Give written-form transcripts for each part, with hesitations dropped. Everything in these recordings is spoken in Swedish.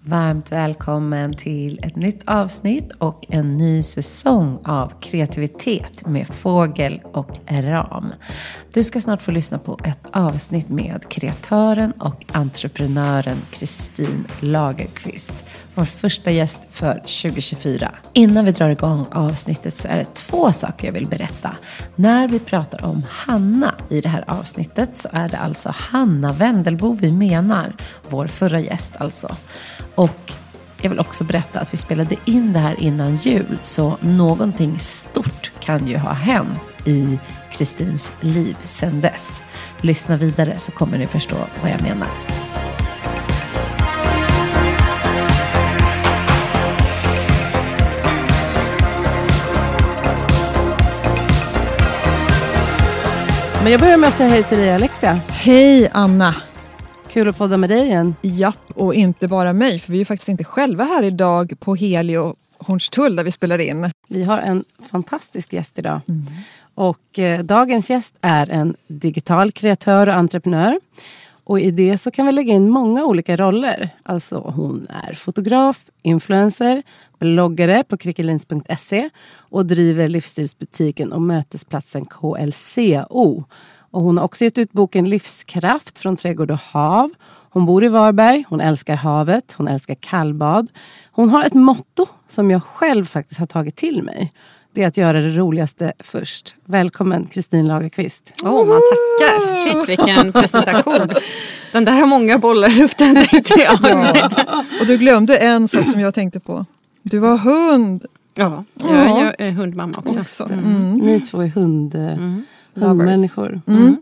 Varmt välkommen till ett nytt avsnitt och en ny säsong av kreativitet med Fågel och Ram. Du ska snart få lyssna på ett avsnitt med kreatören och entreprenören Kristin Lagerqvist. Vår första gäst för 2024. Innan vi drar igång avsnittet så är det 2 saker jag vill berätta. När vi pratar om Hanna i det här avsnittet så är det alltså Hanna Wendelbo vi menar. Vår förra gäst alltså. Och jag vill också berätta att vi spelade in det här innan jul. Så någonting stort kan ju ha hänt i Kristins liv sedan dess. Lyssna vidare så kommer ni förstå vad jag menar. Men jag börjar med att säga hej till dig, Alexia. Hej Anna. Kul att podda med dig igen. Japp, och inte bara mig, för vi är ju faktiskt inte själva här idag på Helio Hornstull där vi spelar in. Vi har en fantastisk gäst idag. Och dagens gäst är en digital kreatör och entreprenör. Och i det så kan vi lägga in många olika roller. Alltså hon är fotograf, influencer, bloggare på krickelins.se och driver livsstilsbutiken och mötesplatsen KLCO. Och hon har också gett ut boken Livskraft från trädgård och hav. Hon bor i Varberg, hon älskar havet, hon älskar kallbad. Hon har ett motto som jag själv faktiskt har tagit till mig. Det är att göra det roligaste först. Välkommen Kristin Lagerqvist. Man tackar. Shit, vilken presentation. Den där har många bollar i luften, tänkte jag. Ja. Och du glömde en sak som jag tänkte på. Du var hund. Ja, jag är hundmamma också. Ni 2 är hundmänniskor.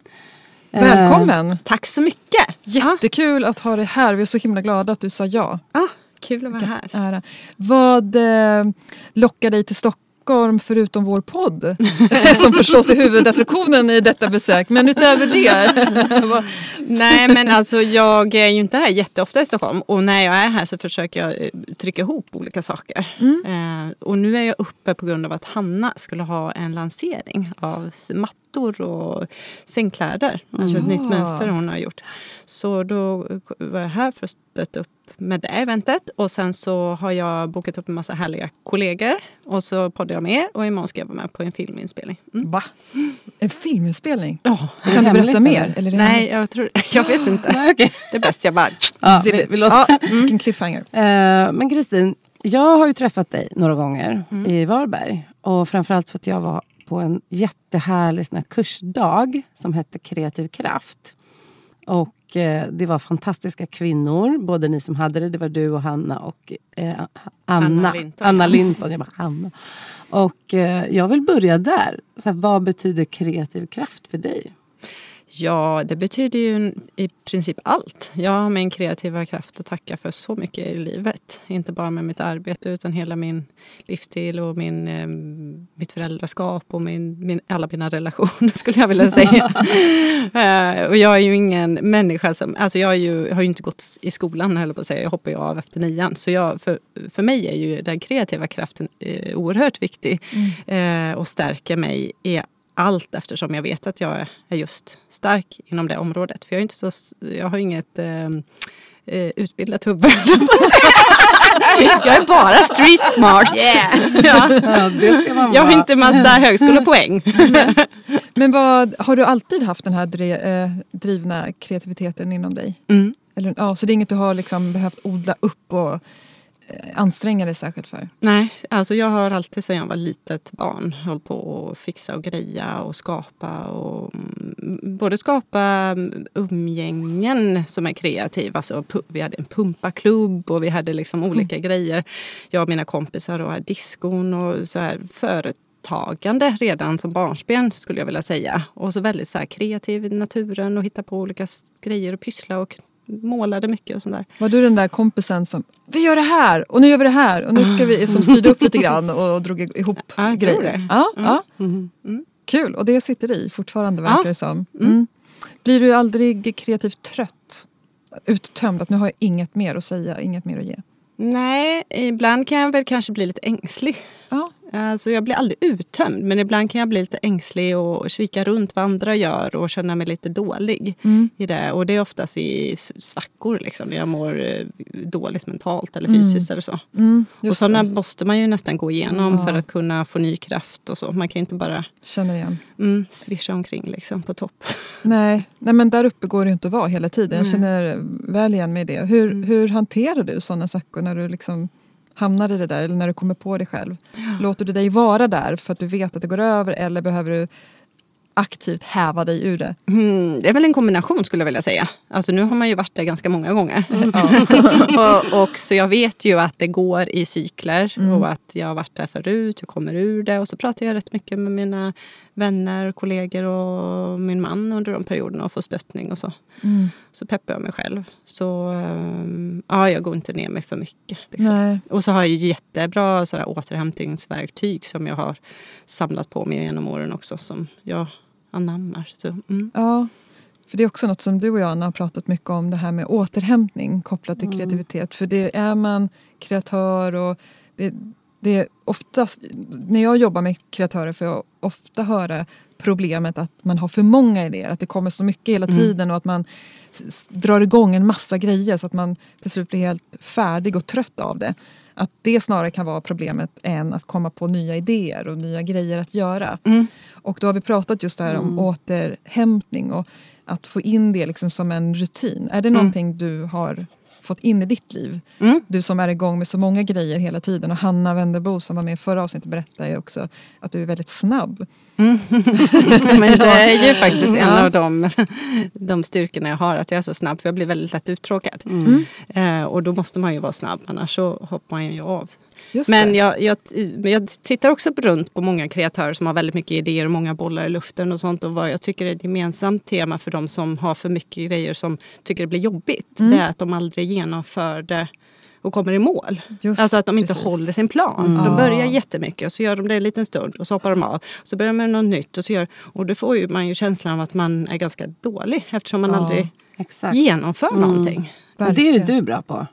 Välkommen. Tack så mycket. Jättekul att ha dig här. Vi är så himla glada att du sa ja. Kul att vara här. Ära. Vad lockar dig till Stockholm förutom vår podd? Som förstås är huvudattraktionen i detta besök. Men utöver det. Nej, men alltså jag är ju inte här jätteofta i Stockholm. Och när jag är här så försöker jag trycka ihop olika saker. Och nu är jag uppe på grund av att Hanna skulle ha en lansering av mattor och sängkläder. Alltså ett nytt mönster hon har gjort. Så då var jag här för att stötta upp med det eventet. Och sen så har jag bokat upp en massa härliga kollegor. Och så poddar jag med er. Och imorgon ska jag vara med på en filminspelning. Va? En filminspelning? Ja. Kan du berätta mer? Eller Nej, jag vet inte. Nej, okay. Det är bäst jag bara... Vilken cliffhanger. Men Kristin, jag har ju träffat dig några gånger i Varberg. Och framförallt för att jag var på en jättehärlig sån här kursdag som hette Kreativ kraft. Och det var fantastiska kvinnor, både ni som hade det var du och Hanna och Anna Linton. Jag bara, Hanna. Och jag vill börja där. Så här, vad betyder kreativ kraft för dig? Ja, det betyder ju i princip allt. Jag har min kreativa kraft att tacka för så mycket i livet. Inte bara med mitt arbete utan hela min livsstil och mitt föräldraskap och alla mina relationer skulle jag vilja säga. Och jag är ju ingen människa som... Alltså jag har ju inte gått i skolan, höll på att säga. Jag hoppar ju av efter 9. Så för mig är ju den kreativa kraften oerhört viktig. Och stärker mig i allt eftersom jag vet att jag är just stark inom det området. För jag har inget utbildat huvud. Jag är bara street smart. Ja, det ska man vara. Jag har inte massa högskolepoäng. Men har du alltid haft den här drivna kreativiteten inom dig? Eller, så det är inget du har liksom behövt odla upp och anstränga dig särskilt för? Nej, alltså jag har alltid sedan jag var litet barn hållit på att fixa och greja och skapa och både skapa umgängen som är kreativa. Alltså, vi hade en pumpaklubb och vi hade liksom olika grejer. Jag och mina kompisar och diskon och så här företagande redan som barnsben skulle jag vilja säga. Och så väldigt så här kreativ i naturen och hitta på olika grejer och pyssla och målade mycket och sånt där. Var du den där kompisen som vi gör det här och nu gör vi det här och nu ska vi som styrde upp lite grann och drog ihop grejer? Ja. Kul, och det sitter i fortfarande verkar det som. Blir du aldrig kreativt trött? Uttömd, att nu har jag inget mer att säga, inget mer att ge? Nej, ibland kan jag väl kanske bli lite ängslig Ja. Alltså jag blir aldrig uttömd, men ibland kan jag bli lite ängslig och kika runt vad andra gör och känna mig lite dålig i det. Och det är oftast i svackor liksom, när jag mår dåligt mentalt eller fysiskt eller så. Och sådana måste man ju nästan gå igenom för att kunna få ny kraft och så. Man kan ju inte bara känner igen. Svischa omkring liksom på topp. Nej, men där uppe går det inte att vara hela tiden. Jag känner väl igen med det. Hur hanterar du sådana saker när du liksom hamnar i det där, eller när du kommer på det själv? Låter du dig vara där för att du vet att det går över, eller behöver du aktivt häva dig ur det? Det är väl en kombination skulle jag vilja säga. Alltså nu har man ju varit där ganska många gånger. och så jag vet ju att det går i cykler och att jag har varit där förut, jag kommer ur det, och så pratar jag rätt mycket med mina vänner, kollegor och min man under de perioderna och får stöttning och så. Så peppar jag mig själv. Så jag går inte ner mig för mycket. Liksom. Och så har jag jättebra sådär återhämtningsverktyg som jag har samlat på mig genom åren också, som jag anammar. Så, Ja, för det är också något som du och jag, Anna, har pratat mycket om, det här med återhämtning kopplat till kreativitet. För det är man kreatör, och det är oftast, när jag jobbar med kreatörer, får jag ofta höra problemet att man har för många idéer, att det kommer så mycket hela tiden och att man drar igång en massa grejer så att man till slut blir helt färdig och trött av det. Att det snarare kan vara problemet än att komma på nya idéer och nya grejer att göra. Och då har vi pratat just där om återhämtning och att få in det liksom som en rutin. Är det någonting du har fått in i ditt liv? Du som är igång med så många grejer hela tiden, och Hanna Wenderbo som var med i förra avsnittet berättade ju också att du är väldigt snabb. Men det är ju faktiskt en av de styrkorna jag har, att jag är så snabb, för jag blir väldigt lätt uttråkad. Och då måste man ju vara snabb, annars så hoppar man ju av. Men jag tittar också runt på många kreatörer som har väldigt mycket idéer och många bollar i luften och sånt, och vad jag tycker är ett gemensamt tema för de som har för mycket grejer som tycker det blir jobbigt, det är att de aldrig genomför det och kommer i mål. Alltså att de inte håller sin plan. De börjar jättemycket och så gör de det en liten stund och så hoppar de av. Så börjar de med något nytt och då får man ju känslan av att man är ganska dålig, eftersom man aldrig genomför någonting. Men det är ju du bra på.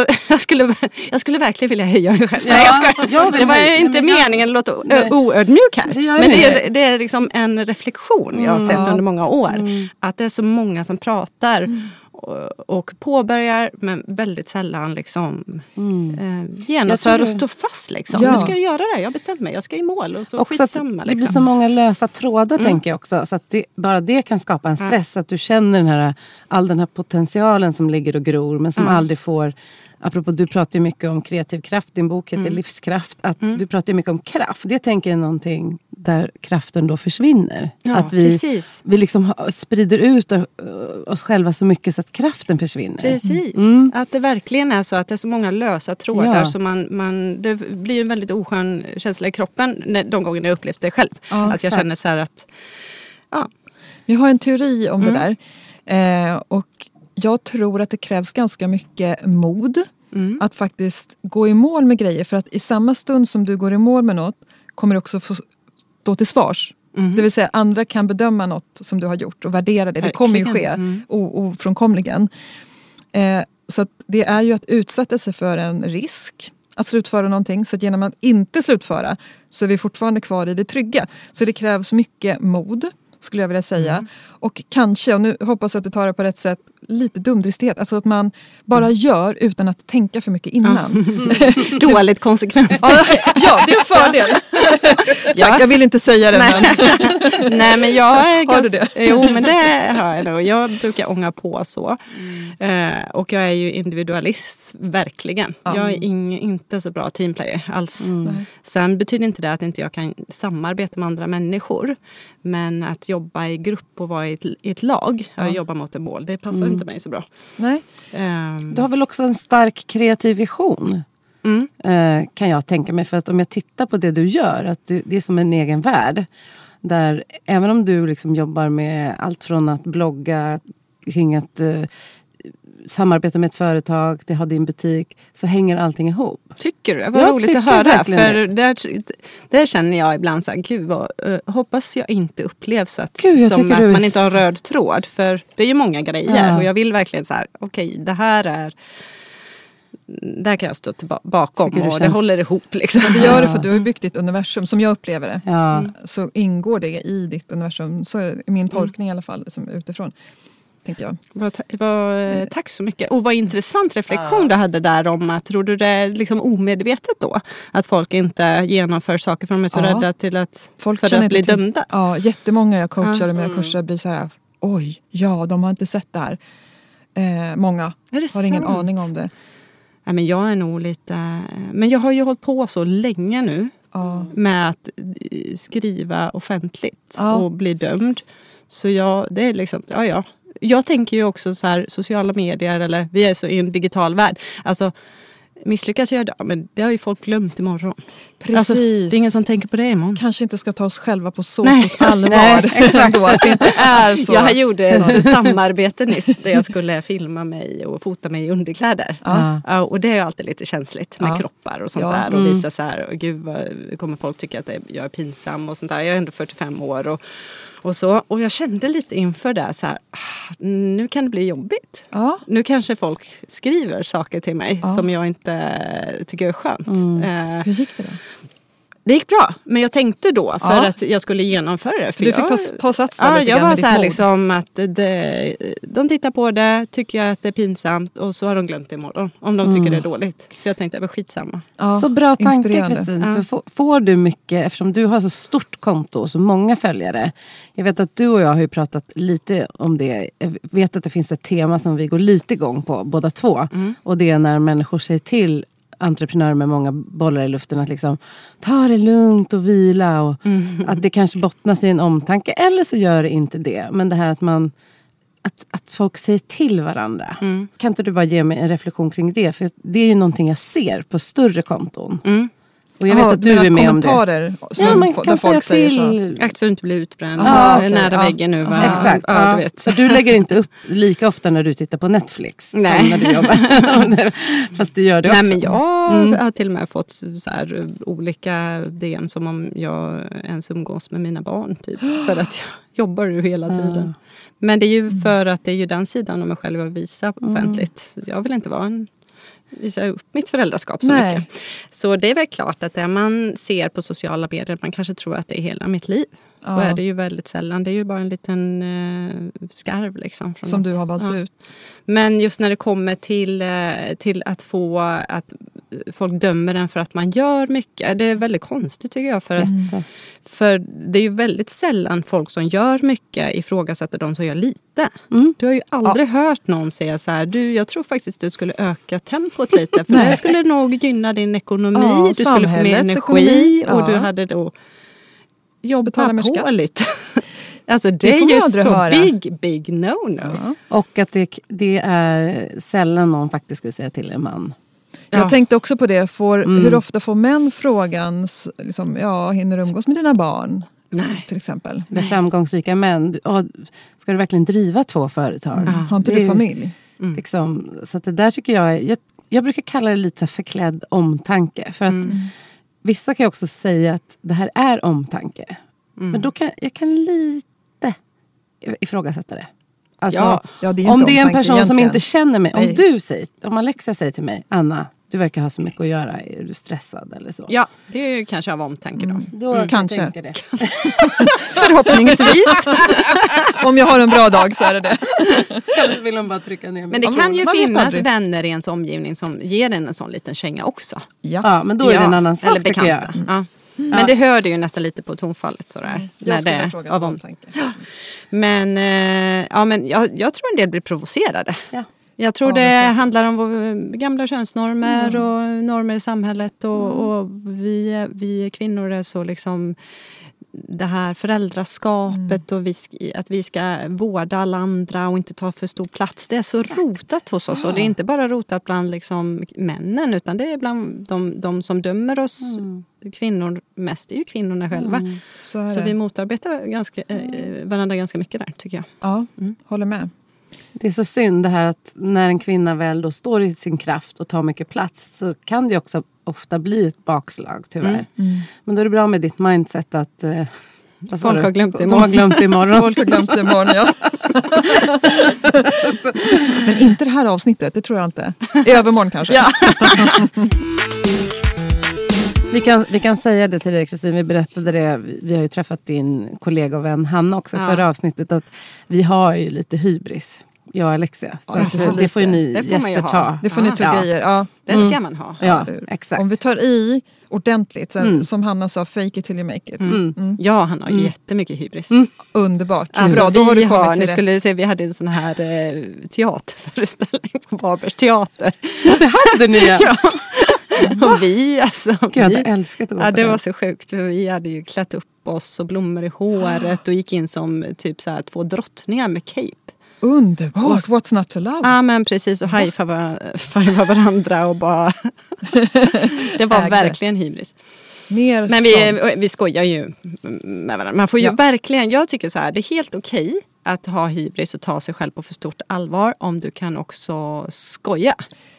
Jag skulle verkligen vilja höja mig själv. Det var inte meningen att låta oödmjuk här. Men det är liksom en reflektion jag har sett under många år. Att det är så många som pratar och påbörjar, men väldigt sällan liksom genomför och står fast liksom. Nu ska jag göra det, jag har bestämt mig, jag ska i mål och så också skitsamma. Liksom. Det blir så många lösa trådar tänker jag också, så att bara det kan skapa en stress, att du känner all den här potentialen som ligger och gror, men som aldrig får. Apropå, du pratar ju mycket om kreativ kraft, din bok heter Livskraft, att du pratar ju mycket om kraft. Det tänker jag är någonting där kraften då försvinner. Ja, att vi liksom sprider ut oss själva så mycket så att kraften försvinner. Precis, att det verkligen är så att det är så många lösa trådar så det blir en väldigt oskön känsla i kroppen de gånger jag upplevt det själv. Att jag känner så här att Jag har en teori om det där, och jag tror att det krävs ganska mycket mod att faktiskt gå i mål med grejer. För att i samma stund som du går i mål med något kommer du också få stå till svars. Det vill säga andra kan bedöma något som du har gjort och värdera det. Det kommer ju ske ofrånkomligen. Så att det är ju att utsätta sig för en risk att slutföra någonting. Så att genom att inte slutföra så är vi fortfarande kvar i det trygga. Så det krävs mycket mod, skulle jag vilja säga. Och kanske, och nu hoppas jag att du tar det på rätt sätt, lite dumdristighet. Alltså att man bara gör utan att tänka för mycket innan. Dåligt konsekvens. Ja, det är en fördel. Jag vill inte säga det. Men. Nej, men jag är har du det? Jo, men det har jag nog. Jag brukar ånga på så. Och jag är ju individualist, verkligen. Jag är inte så bra teamplayer alls. Sen betyder inte det att inte jag kan samarbeta med andra människor. Men att jobba i grupp och vara i ett lag, jobba mot ett mål, det passar inte mig så bra. Nej. Du har väl också en stark kreativ vision, kan jag tänka mig. För att om jag tittar på det du gör, att det är som en egen värld. Där även om du liksom jobbar med allt från att blogga kring att samarbeta med ett företag, det har din butik, så hänger allting ihop. Tycker du? Vad roligt att höra. För där känner jag ibland så här, gud hoppas jag inte upplevs att man inte har röd tråd. För det är ju många grejer och jag vill verkligen så här, okej, det här är där kan jag stå bakom och det håller ihop. Liksom. Men det gör det för att du har byggt ditt universum, som jag upplever det. Så ingår det i ditt universum. Så är min tolkning i alla fall, som utifrån. Tänker jag. Tack så mycket. Och vad intressant reflektion du hade där om att, tror du det är liksom omedvetet då? Att folk inte genomför saker för de är så rädda till att, för att bli dömda? Ja, jättemånga jag coachar och mina kurser blir så här, oj, de har inte sett det här. Många har ingen aning om det. Ja, men jag är nog lite... Men jag har ju hållit på så länge nu med att skriva offentligt och bli dömd. Så det är liksom... Ja. Jag tänker ju också så här, sociala medier, eller vi är så i en digital värld. Alltså, misslyckas jag idag, men det har ju folk glömt imorgon. Precis. Alltså, det är ingen som tänker på det imorgon. Kanske inte ska ta oss själva på så stort allvar. Nej, exakt. Då, att det inte är så. Jag gjorde ett samarbete nyss där jag skulle filma mig och fota mig i underkläder. Och det är ju alltid lite känsligt med kroppar och sånt där. Och visa så här, gud, kommer folk tycka att jag är pinsam och sånt där. Jag är ändå 45 år och så. Och jag kände lite inför det så här, nu kan det bli jobbigt. Nu kanske folk skriver saker till mig som jag inte tycker är skönt. Hur gick det då? Det gick bra, men jag tänkte då för att jag skulle genomföra det. För du fick ta sats där lite jag grann var med så här ditt liksom att de tittar på det, tycker att det är pinsamt och så har de glömt det imorgon. Om de tycker det är dåligt. Så jag tänkte, det var skitsamma. Så bra tanke, Kristin. För får du mycket, eftersom du har så stort konto och så många följare. Jag vet att du och jag har ju pratat lite om det. Jag vet att det finns ett tema som vi går lite igång på, båda två. Och det är när människor säger till entreprenörer med många bollar i luften att liksom ta det lugnt och vila och att det kanske bottnas i en omtanke, eller så gör det inte det, men det här att folk säger till varandra. Kan inte du bara ge mig en reflektion kring det, för det är ju någonting jag ser på större konton. Och jag vet att du är med om det. Man kan säga till. Så du inte blir utbränd. Nära väggen nu. Exakt. Du vet. För du lägger inte upp lika ofta när du tittar på Netflix. Som när du jobbar. Fast du gör det också. Nej, men jag har till och med fått så här olika DM som om jag ens umgås med mina barn. Typ, för att jag jobbar ju hela tiden. Men det är ju för att det är ju den sidan av mig själv att visa offentligt. Jag vill inte visa upp mitt föräldraskap så mycket. Så det är väl klart att det man ser på sociala medier, man kanske tror att det är hela mitt liv. Så är det ju väldigt sällan. Det är ju bara en liten skarv liksom. Som du har valt ut. Men just när det kommer till att få att folk dömer en för att man gör mycket. Det är väldigt konstigt tycker jag. För det är ju väldigt sällan folk som gör mycket ifrågasätter de som gör lite. Du har ju aldrig hört någon säga så här, jag tror faktiskt du skulle öka tempot lite. För det skulle nog gynna din ekonomi. Du skulle få mer energi och du hade då jobba på lite. Alltså det är ju så big no-no. Och att det är sällan någon faktiskt skulle säga till en man. Jag tänkte också på det. Hur ofta får män frågan liksom, hinner du umgås med dina barn? Nej. Till exempel. Det är framgångsrika män. Ska du verkligen driva 2 företag? Har inte du familj? Liksom, så att det där tycker jag brukar kalla det lite så förklädd omtanke. För att vissa kan ju också säga att det här är omtanke. Men då kan jag lite ifrågasätta det. Alltså, om det är en person som inte känner mig. Om Alexia säger till mig, Anna, du verkar ha så mycket att göra. Är du stressad eller så? Ja, det är ju kanske av omtanke då. Då kanske. Det. Förhoppningsvis. Om jag har en bra dag så är det. Eller så vill de bara trycka ner mig. Men det kan ju finnas vänner i ens omgivning som ger en sån liten känga också. Ja, men då är det en annan sak, tycker jag. Ja. Men det hör det ju nästan lite på tonfallet sådär. Jag skulle fråga av omtanke. Men jag tror en del blir provocerade. Ja. Jag tror det handlar om gamla könsnormer och normer i samhället. Och vi kvinnor är så liksom det här föräldraskapet och att vi ska vårda alla andra och inte ta för stor plats. Det är så rotat hos oss. Och det är inte bara rotat bland liksom männen, utan det är bland de som dömer oss kvinnor mest. Det är ju kvinnorna själva. Så vi motarbetar varandra ganska mycket där, tycker jag. Ja, håller med. Det är så synd det här att när en kvinna väl då står i sin kraft och tar mycket plats, så kan det också ofta bli ett bakslag, tyvärr. Men då är det bra med ditt mindset att Folk har glömt det imorgon. De har glömt det imorgon. Folk har glömt det imorgon, ja. Men inte det här avsnittet, det tror jag inte. I övermorgon kanske. Ja. Vi kan säga det till dig, Kristin. Vi berättade det. Vi har ju träffat din kollega och vän Hanna också förra avsnittet. Att vi har ju lite hybris. Jag och Alexia. Så det får ju ni gäster ta. Det får ni tugga i er. Ja. Det ska man ha. Ja, exakt. Om vi tar i ordentligt, som Hanna sa, fake it till you make it. Ja, han har jättemycket hybris. Underbart. Alltså, bra, då har du kommit till skulle se, vi hade en sån här teaterföreställning på Varbergs teater. Det hade ni, ja. Och vi, alltså. Jag hade älskat att gå på det var så sjukt. För vi hade ju klätt upp oss och blommor i håret och gick in som typ så här 2 drottningar med cape. Underbart, what's not to love? Ja, men precis, och high-fiva varandra och bara det var verkligen hybris. Men vi skojar ju med varandra. Man får ju verkligen, jag tycker så här, det är helt okej att ha hybris och ta sig själv på för stort allvar om du kan också skoja.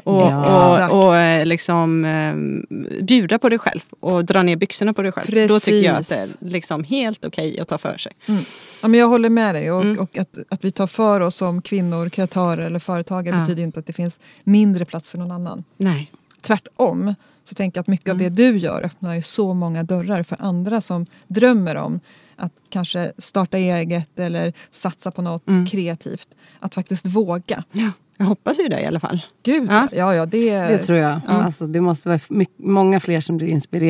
Och liksom bjuda på dig själv och dra ner byxorna på dig själv. Precis. Då tycker jag att det är liksom helt okej att ta för sig. Ja, men jag håller med dig och att vi tar för oss som kvinnor, kreatörer eller företagare betyder inte att det finns mindre plats för någon annan. Nej. Tvärtom så tänker jag att mycket av det du gör öppnar ju så många dörrar för andra som drömmer om att kanske starta eget eller satsa på något kreativt. Att faktiskt våga. Ja. Jag hoppas ju det i alla fall. Gud, ja, det tror jag. Alltså, det måste vara många fler som blir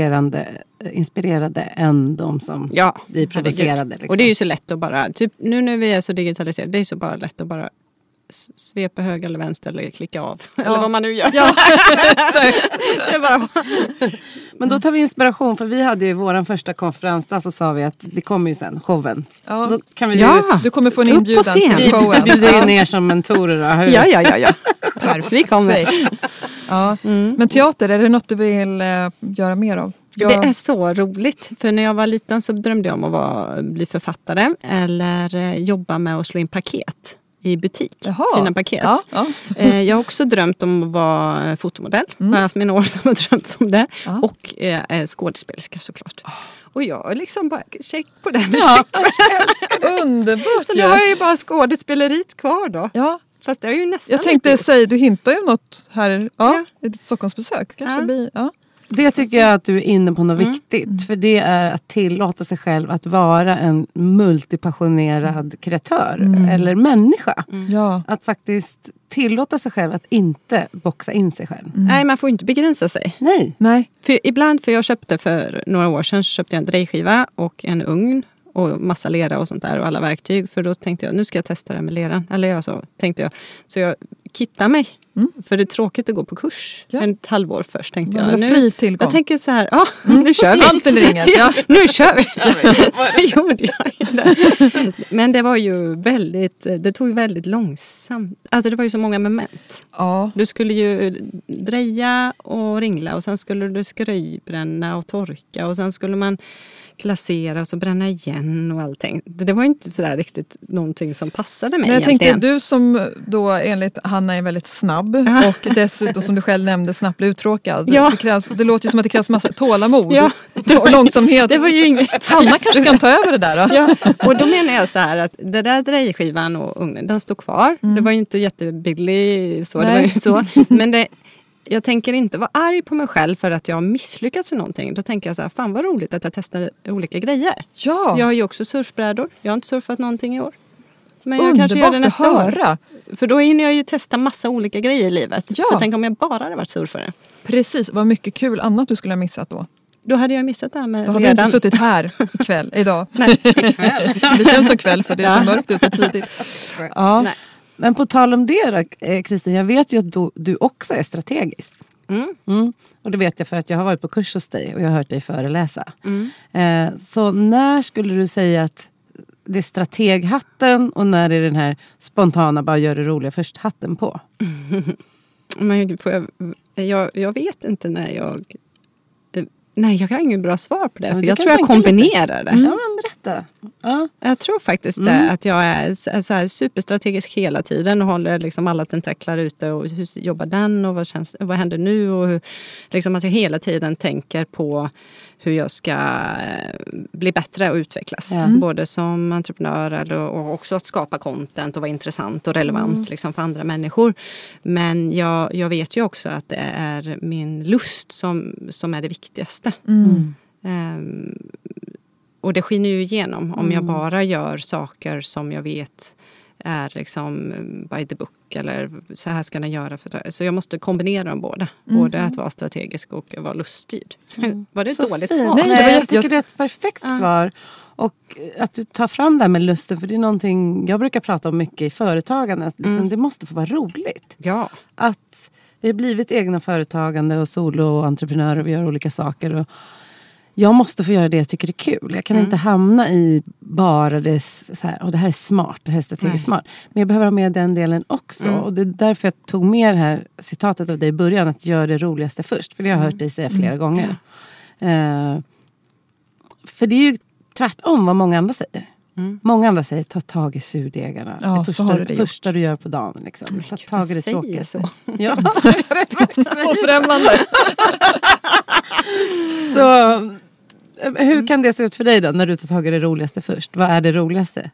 inspirerade än de som blir provocerade. Liksom. Och det är ju så lätt att bara, typ nu när vi är så digitaliserade, det är så bara lätt att bara svepa höger eller vänster eller klicka av. Eller vad man nu gör. Ja. Det är bara... Men då tar vi inspiration, för vi hade ju vår första konferens, där så sa vi att det kommer ju sen, showen. Ja. Då kan vi du kommer få en inbjudan till showen. Vi bjuder in er som mentorer. Ja. Perfekt. Vi kommer. Ja. Men teater, är det något du vill göra mer av? Det är så roligt, för när jag var liten så drömde jag om att bli författare eller jobba med att slå in paket i butik. Jaha. Fina paket. Ja. Jag har också drömt om att vara fotomodell. Jag har haft mina år som har drömt om det. Och skådespelerska såklart. Och jag har liksom bara check på den. Underbart. Så nu har jag ju bara skådespeleriet kvar då. Ja. Fast det är ju nästan jag tänkte säga, du hintar ju något här i ditt Stockholmsbesök. Kanske blir, Det tycker jag att du är inne på något viktigt. För det är att tillåta sig själv att vara en multipassionerad kreatör. Eller människa. Ja. Att faktiskt tillåta sig själv att inte boxa in sig själv. Nej, man får inte begränsa sig. Nej. För jag köpte för några år sedan köpte jag en drejskiva och en ugn. Och massa lera och sånt där och alla verktyg. För då tänkte jag, nu ska jag testa det med leran. Eller tänkte jag. Så jag kittade mig. För det är tråkigt att gå på kurs. Ett halvår först tänkte jag. Fri tillgång. Jag tänker så här, nu kör vi. Allt eller inget. Ja. Nu kör vi. Så gjorde jag det. Men det var ju det tog ju väldigt långsamt. Alltså det var ju så många moment. Ja. Du skulle ju dreja och ringla. Och sen skulle du skröjbränna och torka. Och sen skulle man glasera och så bränna igen och allting. Det var ju inte sådär riktigt någonting som passade mig. Men jag egentligen. tänkte, du som då enligt Hanna är väldigt snabb och dessutom som du själv nämnde snabbt blir uttråkad. Ja. Det låter ju som att det krävs massa tålamod och långsamhet. Det var ju inget. Hanna kanske kan ta över det där då. Ja. Och då menar jag så här att det där drejskivan och ugnen, den stod kvar. Det var ju inte jättebillig så. Det var ju så. Men jag tänker inte vara arg på mig själv för att jag har misslyckats i någonting. Då tänker jag så här, fan vad roligt att jag testar olika grejer. Ja. Jag har ju också surfbrädor. Jag har inte surfat någonting i år. Men jag kanske gör det nästa år. För då hinner jag ju testa massa olika grejer i livet. Ja. För tänk om jag bara hade varit surfare. Precis, vad mycket kul annat du skulle ha missat då. Då hade jag missat det här med Då hade du inte suttit här idag. Nej, ikväll. Det känns som kväll för det är så mörkt ute tidigt. Ja. Nej. Men på tal om det då, Kristin, jag vet ju att du också är strategisk. Och det vet jag för att jag har varit på kurs hos dig och jag har hört dig föreläsa. Så när skulle du säga att det är strateghatten och när är den här spontana bara gör det roliga först hatten på? Men jag vet inte när jag... Nej, jag har ingen bra svar på det. För jag tror jag kombinerar det. Ja, men berätta. Ja. Jag tror faktiskt att jag är så här superstrategisk hela tiden och håller liksom alla tentaklar ute och hur jobbar den och vad händer nu och hur, liksom att jag hela tiden tänker på hur jag ska bli bättre och utvecklas. Både som entreprenör och också att skapa content och vara intressant och relevant liksom, för andra människor. Men jag vet ju också att det är min lust som är det viktigaste. Och det skiner ju igenom om jag bara gör saker som jag vet är liksom by the book eller så här ska den göra. Så jag måste kombinera dem båda. Både att vara strategisk och vara luststyrd. Var det ett dåligt svar? Nej, jag tycker det är ett perfekt svar. Och att du tar fram det här med lusten, för det är någonting jag brukar prata om mycket i företagandet. Liksom, det måste få vara roligt. Ja. Att vi har blivit egna företagande och solo-entreprenörer och vi gör olika saker och jag måste få göra det jag tycker är kul. Jag kan inte hamna i bara det så här, och det här är smart, det här är strategiskt smart. Men jag behöver ha med den delen också. Och det är därför jag tog med det här citatet av dig i början, att göra det roligaste först. För det har jag hört dig säga flera gånger. För det är ju tvärtom vad många andra säger. Många andra säger, ta tag i surdegarna. Ja, det första du gör på dagen. Liksom. Ta tag i det tråkiga. Så. Ja. Så främmande. Så hur kan det se ut för dig då när du tar tag i det roligaste först? Vad är det roligaste?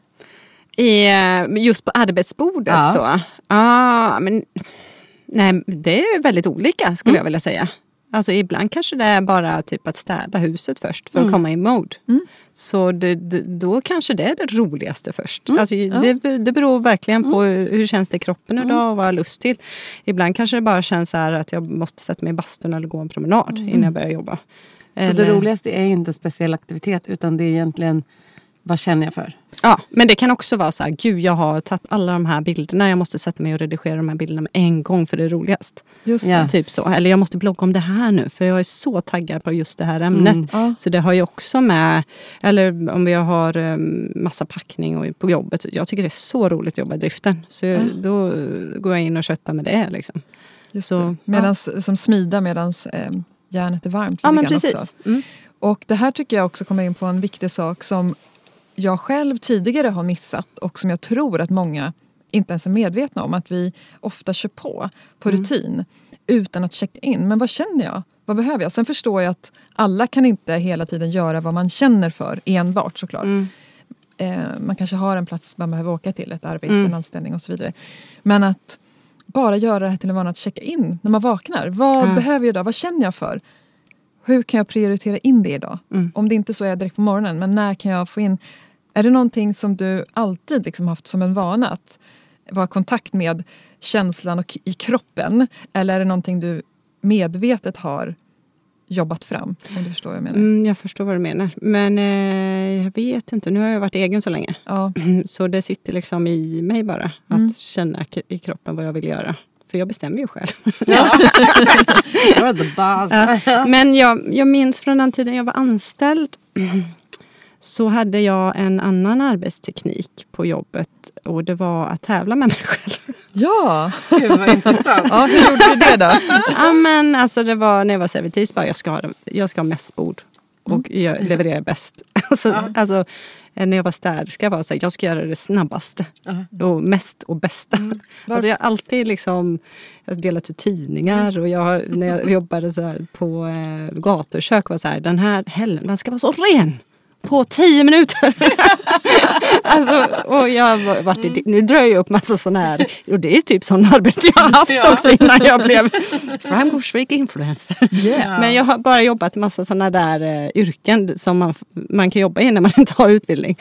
Just på arbetsbordet så? Men nej, det är väldigt olika skulle jag vilja säga. Alltså ibland kanske det är bara typ att städa huset först för att komma i mode. Så då kanske det är det roligaste först. Alltså det beror verkligen på hur känns det i kroppen idag och vad jag har lust till. Ibland kanske det bara känns så här att jag måste sätta mig i bastun eller gå en promenad innan jag börjar jobba. Så det roligaste är inte speciell aktivitet utan det är egentligen vad känner jag för? Ja, men det kan också vara så här, gud jag har tagit alla de här bilderna, jag måste sätta mig och redigera de här bilderna med en gång för det är roligast. Just det. Ja. Typ så. Eller jag måste blogga om det här nu för jag är så taggad på just det här ämnet. Så det har ju också med, eller om jag har massa packning på jobbet, jag tycker det är så roligt att jobba i driften. Så då går jag in och köttar med det liksom. Just så, det. Medans, som smida medans järnet är varmt. Ja men precis. Också. Och det här tycker jag också kommer in på en viktig sak som jag själv tidigare har missat och som jag tror att många inte ens är medvetna om. Att vi ofta kör på rutin utan att checka in. Men vad känner jag? Vad behöver jag? Sen förstår jag att alla kan inte hela tiden göra vad man känner för enbart såklart. Man kanske har en plats man behöver åka till, ett arbete, en anställning och så vidare. Men att bara göra det här till en vana att checka in när man vaknar. Vad behöver jag idag? Vad känner jag för? Hur kan jag prioritera in det idag? Om det inte så är direkt på morgonen. Men när kan jag få in... Är det någonting som du alltid liksom haft som en vana? Att vara i kontakt med känslan och i kroppen? Eller är det någonting du medvetet har jobbat fram? Om du förstår vad jag menar. Jag förstår vad du menar. Men jag vet inte. Nu har jag varit egen så länge. Ja. Så det sitter liksom i mig bara. Att känna i kroppen vad jag vill göra. För jag bestämmer ju själv. You're the boss. Ja. Men jag minns från den tiden jag var anställd. Så hade jag en annan arbetsteknik på jobbet. Och det var att tävla med mig själv. Ja, gud vad intressant. Ja, hur gjorde du det då? Ja men alltså det var när jag var servitris bara jag ska ha mest bord. Och jag levererar bäst. Alltså när jag var städerska var så här, jag ska göra det snabbaste. Och mest och bästa. Alltså jag har alltid liksom, jag har delat ut tidningar. Och när jag jobbade så här på gatukök var så här, den här hällen, den ska vara så ren. På 10 minuter. Alltså, och jag har varit nu drar jag upp massa sådana här. Och det är typ sån arbete jag har haft också innan jag blev framgångsrik influencer. Yeah. Men jag har bara jobbat i massa sådana där yrken som man kan jobba i när man inte har utbildning.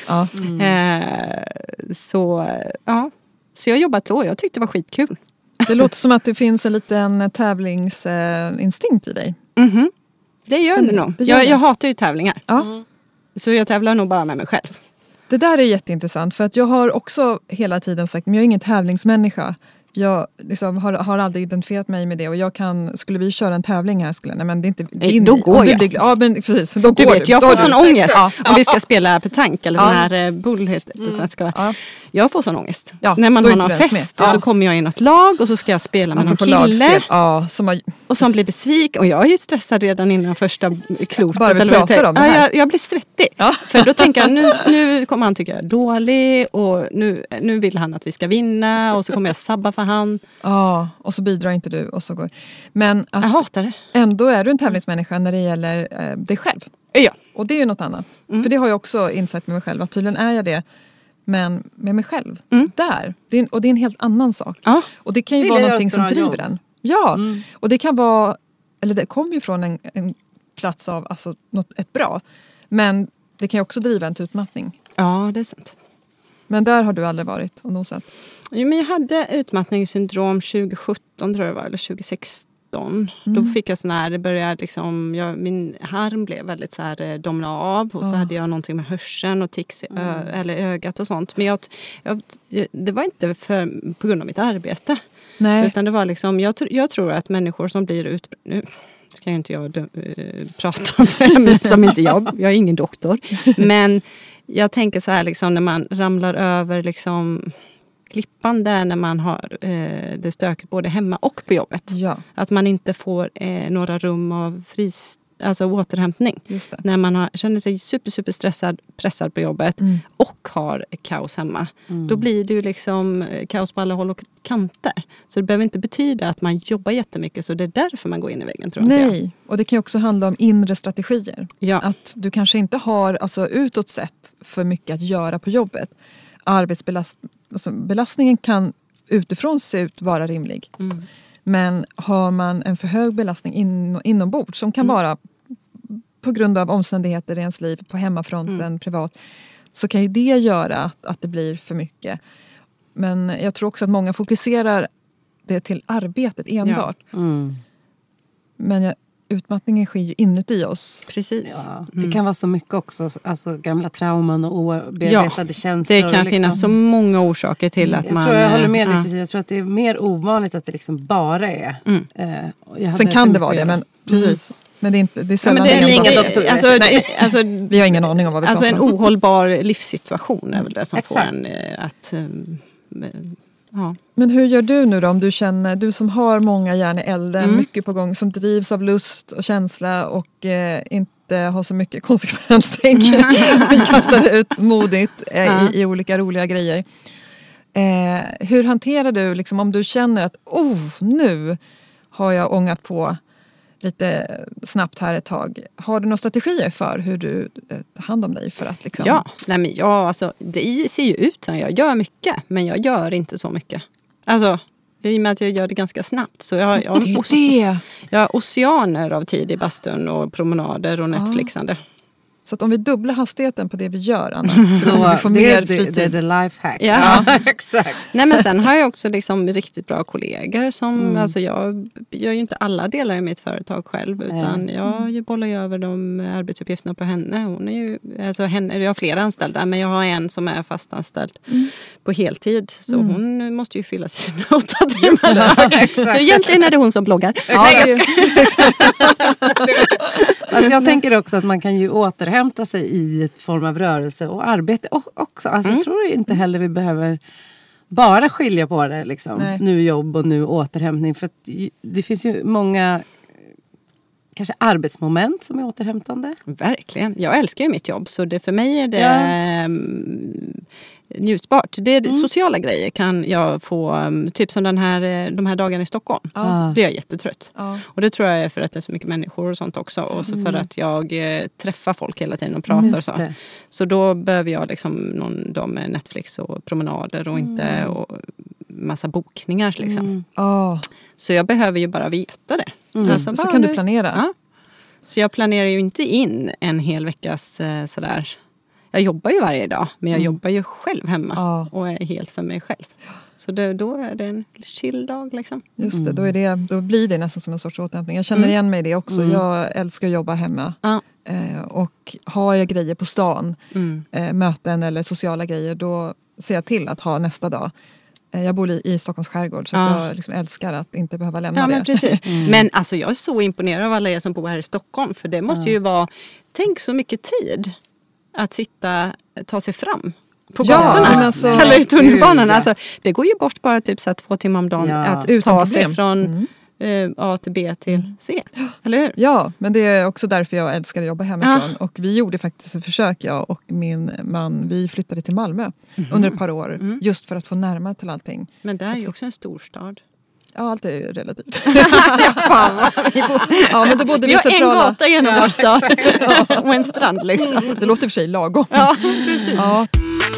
Så jag har jobbat så. Jag tyckte det var skitkul. Det låter som att det finns en liten tävlingsinstinkt i dig. Det gör det nog. Jag hatar ju tävlingar. Så jag tävlar nog bara med mig själv. Det där är jätteintressant för att jag har också hela tiden sagt att jag är ingen tävlingsmänniska. Jag liksom har aldrig identifierat mig med det och skulle vi köra en tävling här nej men det är inte då går jag. Ja men precis, då du går vet, du. Jag får sån ångest om vi ska spela petank eller sån här bullhet på svenska. Jag får sån ångest. När man har någon fest och så kommer jag i något lag och så ska jag spela med någon kille. Och som blir besviken. Och jag är ju stressad redan innan första klotet. Bara vi pratar om det här. Jag blir svettig. För då tänker jag, nu kommer han tycka jag är dålig och nu vill han att vi ska vinna och så kommer jag sabba för han. Ja, och så bidrar inte du och så går. Men att jag hatar det. Ändå är du en tävlingsmänniska när det gäller dig själv. Ja. Och det är ju något annat. För det har jag också insett med mig själv. Att tydligen är jag det. Men med mig själv. Där. Och det är en helt annan sak. Ja. Och det kan ju vara någonting som driver den. Ja. Och det kan vara... Eller det kommer ju från en plats av alltså, ett bra. Men det kan ju också driva en till utmattning. Ja, det är sant. Men där har du aldrig varit och nosat? Jo, men jag hade utmattningssyndrom 2017 tror jag det var, eller 2016. Då fick jag sån här, det började liksom, min arm blev väldigt så här domna av. Och så hade jag någonting med hörseln och tics eller ögat och sånt. Men det var inte på grund av mitt arbete. Nej. Utan det var liksom, jag tror att människor som blir nu ska ju inte jag prata om ämnet som inte jag är ingen doktor. Men jag tänker så här liksom när man ramlar över liksom klippan där när man har det stökigt både hemma och på jobbet. Ja. Att man inte får några rum av alltså återhämtning. Just det. När man känner sig super stressad, pressad på jobbet och har kaos hemma. Då blir det ju liksom kaos på alla håll och kanter. Så det behöver inte betyda att man jobbar jättemycket så det är därför man går in i väggen tror jag. Nej, och det kan ju också handla om inre strategier. Ja. Att du kanske inte har alltså, utåt sett för mycket att göra på jobbet. Belastningen kan utifrån se ut vara rimlig. Men har man en för hög belastning inombords som kan vara på grund av omständigheter i ens liv på hemmafronten, privat, så kan ju det göra att det blir för mycket. Men jag tror också att många fokuserar det till arbetet enbart. Ja. Men utmattningen sker ju inuti oss. Precis. Ja, det kan vara så mycket också, alltså gamla trauman och obearbetade känslor. Det kan finnas så många orsaker till att man... Jag håller med dig, jag tror att det är mer ovanligt att det liksom bara är... Sen kan det vara det, men precis. Men det är inte, det är sällan det är inga doktorer. Vi har ingen aning om vad vi pratar om. En ohållbar livssituation är väl det som får en att... Ja. Men hur gör du nu då om du som har många järn i elden, mycket på gång, som drivs av lust och känsla och inte har så mycket konsekvenstänk. Vi kastar det ut modigt i olika roliga grejer. Hur hanterar du liksom, om du känner att nu har jag ångat på lite snabbt här ett tag. Har du några strategier för hur du tar hand om dig för att liksom... Ja, nej men det ser ju ut som jag gör mycket, men jag gör inte så mycket. Alltså, i och med att jag gör det ganska snabbt. Så jag har oceaner av tid i bastun och promenader och Netflixande. Så att om vi dubblar hastigheten på det vi gör, Anna, så kommer vi få mer fritid. Det är the lifehack. Ja. Exakt. Nej, men sen har jag också liksom riktigt bra kollegor som, alltså jag gör ju inte alla delar i mitt företag själv, utan jag bollar ju över de arbetsuppgifterna på henne. Hon är ju, alltså jag har flera anställda, men jag har en som är fastanställd på heltid. Så hon måste ju fylla sina 8 timmar. Så egentligen är det hon som bloggar. Alltså jag tänker också att man kan ju återhämta sig i ett form av rörelse och arbete också. Alltså jag tror inte heller vi behöver bara skilja på det liksom. Nu jobb och nu återhämtning. För att det finns ju många kanske arbetsmoment som är återhämtande. Verkligen. Jag älskar ju mitt jobb, så det för mig är det njutbart. Sociala grejer kan jag få, typ som de här dagarna i Stockholm. Blir jag jättetrött. Och det tror jag är för att det är så mycket människor och sånt också. Och så för att jag träffar folk hela tiden och pratar så. Så då behöver jag liksom någon dag med Netflix och promenader och inte och massa bokningar liksom. Så jag behöver ju bara veta det. Alltså, så kan du planera. Ja. Så jag planerar ju inte in en hel veckas sådär. Jag jobbar ju varje dag, men jag jobbar ju själv hemma och är helt för mig själv. Så då är det en chill dag liksom. Just det, då blir det nästan som en sorts återhämtning. Jag känner igen mig i det också. Jag älskar att jobba hemma. Och har jag grejer på stan, möten eller sociala grejer, då ser jag till att ha nästa dag. Jag bor i Stockholms skärgård, så att jag liksom älskar att inte behöva lämna det. Men precis. Men alltså, jag är så imponerad av alla er som bor här i Stockholm. För det måste ju vara, tänk så mycket tid att ta sig fram på gatorna. Alltså, eller i tunnelbanan. Alltså, det går ju bort bara typ så 2 timmar om dagen att ta sig från A till B till C. Eller hur? Ja, men det är också därför jag älskar att jobba hemifrån. Och vi gjorde faktiskt ett försök, jag och min man. Vi flyttade till Malmö under ett par år. Just för att få närmare till allting. Men det är ju också en storstad. Ja, allt är relativt. Ja, men då bodde vi har centrala. En gata genom vår stad och en strand liksom. Det låter i och för sig lagom. Ja, precis. Ja.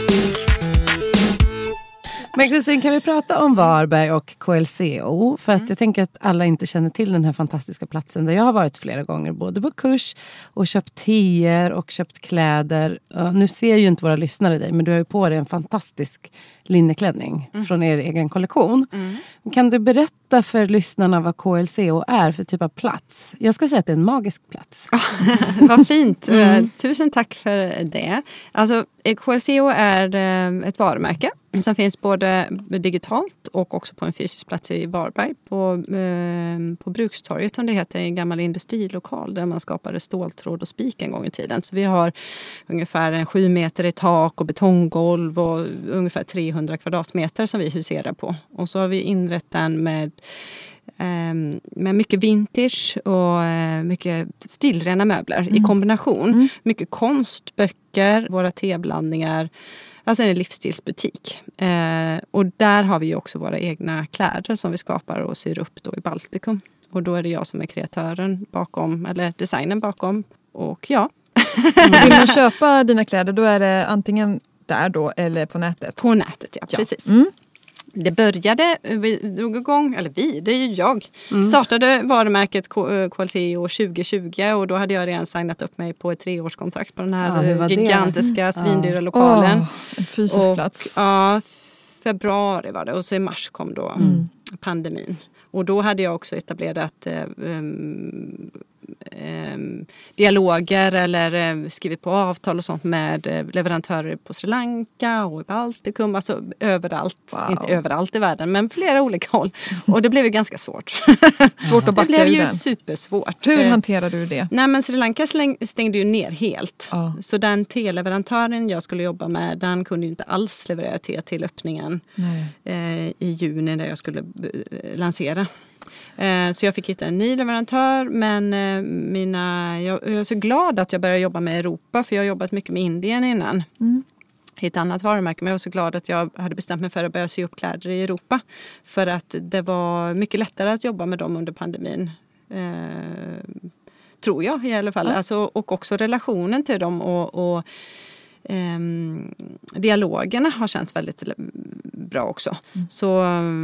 Men Kristin, kan vi prata om Varberg och KLCO? För att jag tänker att alla inte känner till den här fantastiska platsen där jag har varit flera gånger. Både på kurs och köpt teer och köpt kläder. Nu ser ju inte våra lyssnare dig, men du har ju på dig en fantastisk linneklänning från er egen kollektion. Kan du berätta för lyssnarna vad KLCO är för typ av plats? Jag ska säga att det är en magisk plats. Vad fint. Tusen tack för det. Alltså, KLCO är ett varumärke som finns både digitalt och också på en fysisk plats i Varberg på Brukstorget som det heter, en gammal industrilokal där man skapade ståltråd och spik en gång i tiden. Så vi har ungefär 7 meter i tak och betonggolv och ungefär 300 kvadratmeter som vi huserar på. Och så har vi inrett den med mycket vintage och mycket stilrena möbler i kombination. Mycket konst, böcker, våra teblandningar. Alltså en livsstilsbutik. Och där har vi ju också våra egna kläder som vi skapar och syr upp då i Baltikum. Och då är det jag som är kreatören bakom, eller designen bakom. Och ja. Vill man köpa dina kläder då är det antingen där då eller på nätet? På nätet, ja. Precis. Det började, vi drog igång, eller det är ju jag. Startade varumärket KLCO 2020 och då hade jag redan signat upp mig på ett 3-årskontrakt på den här gigantiska svindyra lokalen. En fysisk plats. Ja, februari var det och så i mars kom då pandemin. Och då hade jag också etablerat dialoger eller skrivit på avtal och sånt med leverantörer på Sri Lanka och i Baltikum, alltså överallt, inte överallt i världen men flera olika håll. Och det blev ju ganska svårt. Svårt att backa. Det blev ju supersvårt. Hur hanterar du det? Nej, men Sri Lanka stängde ju ner helt. Så den televerantören jag skulle jobba med, den kunde ju inte alls leverera te till öppningen i juni där jag skulle lansera. Så jag fick hitta en ny leverantör, men jag är så glad att jag började jobba med Europa, för jag har jobbat mycket med Indien innan. I ett annat varumärke, men jag var så glad att jag hade bestämt mig för att börja sy upp kläder i Europa. För att det var mycket lättare att jobba med dem under pandemin. Tror jag i alla fall. Alltså, och också relationen till dem och dialogerna har känts väldigt bra också. Så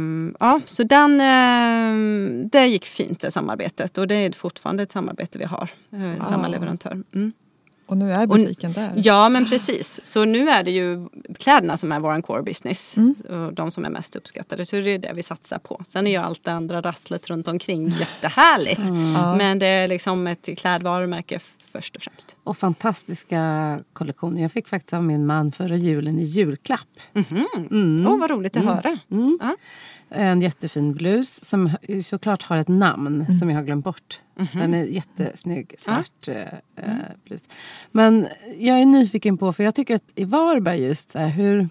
det gick fint det samarbetet och det är fortfarande ett samarbete vi har. Samma leverantör. Och nu är butiken där. Ja, men precis. Så nu är det ju kläderna som är vår core business. Och de som är mest uppskattade. Så det är det vi satsar på. Sen är ju allt det andra rasslet runt omkring jättehärligt. Men det är liksom ett klädvarumärke först och främst. Och fantastiska kollektioner. Jag fick faktiskt av min man förra julen i julklapp. Vad roligt att höra. En jättefin blus som såklart har ett namn som jag har glömt bort. Den är jättesnygg, svart blus. Men jag är nyfiken på, för jag tycker att i Varberg just så här, hur...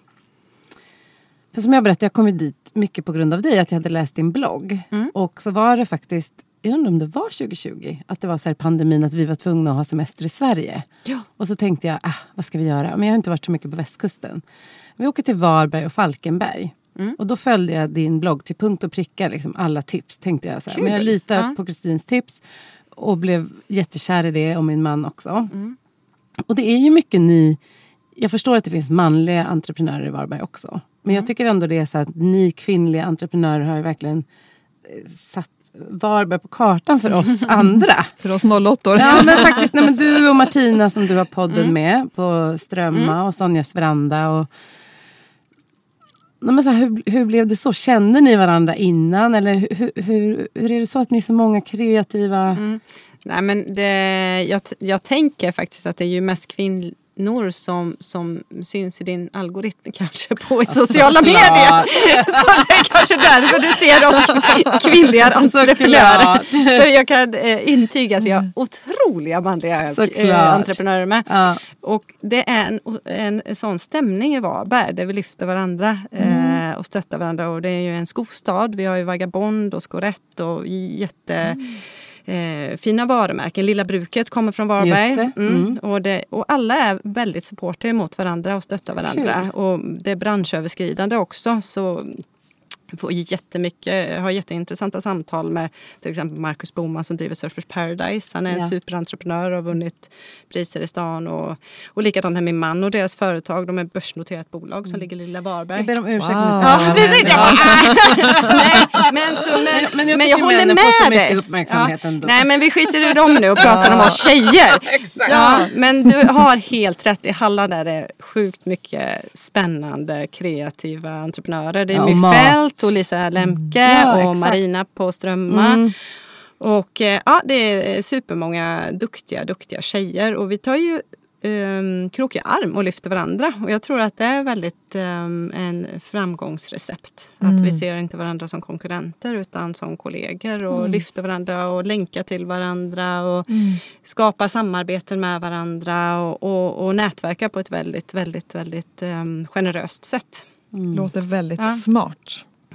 För som jag berättade, jag kom ju dit mycket på grund av dig, att jag hade läst din blogg. Och så var det faktiskt, jag undrar om det var 2020, att det var så här pandemin att vi var tvungna att ha semester i Sverige. Ja. Och så tänkte jag, vad ska vi göra? Men jag har inte varit så mycket på västkusten. Vi åker till Varberg och Falkenberg. Och då följde jag din blogg till punkt och pricka, liksom alla tips, tänkte jag så här. Men jag litar på Kristins tips och blev jättekär i det, och min man också. Och det är ju mycket jag förstår att det finns manliga entreprenörer i Varberg också. Men jag tycker ändå det är så att ni kvinnliga entreprenörer har ju verkligen satt Varberg på kartan för oss andra. För oss 08-år. Ja, men faktiskt, men du och Martina som du har podden med på Strömma och Sonjas veranda och men så här, hur blev det så? Kände ni varandra innan? Eller hur är det så att ni är så många kreativa? Nej, men jag tänker faktiskt att det är ju mest kvinnor som syns i din algoritm kanske på i sociala medier. Så det är kanske därför du ser oss kvinnliga entreprenörer. För jag kan intyga att vi har otroliga manliga entreprenörer med. Ja. Och det är en sån stämning i Varberg där vi lyfter varandra och stöttar varandra. Och det är ju en skostad. Vi har ju Vagabond och Skorett och fina varumärken. Lilla bruket kommer från Varberg. Och alla är väldigt supportive mot varandra och stöttar varandra. Cool. Och det är branschöverskridande också. Så får jag har jätteintressanta samtal med till exempel Marcus Boman som driver Surfers Paradise. Han är en superentreprenör och har vunnit priser i stan. Och likadant med min man och deras företag. De är börsnoterat bolag som ligger i Lilla Varberg. Jag ber om ursäkt. Ja, precis. Men jag håller med dig. Nej, men vi skiter i dem nu och pratar om oss tjejer. Ja, men du har helt rätt. I Halland är det sjukt mycket spännande, kreativa entreprenörer. Det är Myfält och Lisa Lemke och Marina på Strömma. Och det är supermånga duktiga tjejer. Och vi tar ju krok i arm och lyfter varandra. Och jag tror att det är väldigt en framgångsrecept. Att vi ser inte varandra som konkurrenter utan som kollegor. Och lyfter varandra och länkar till varandra. Och skapar samarbeten med varandra. Och nätverkar på ett väldigt, väldigt, väldigt generöst sätt. Låter väldigt smart.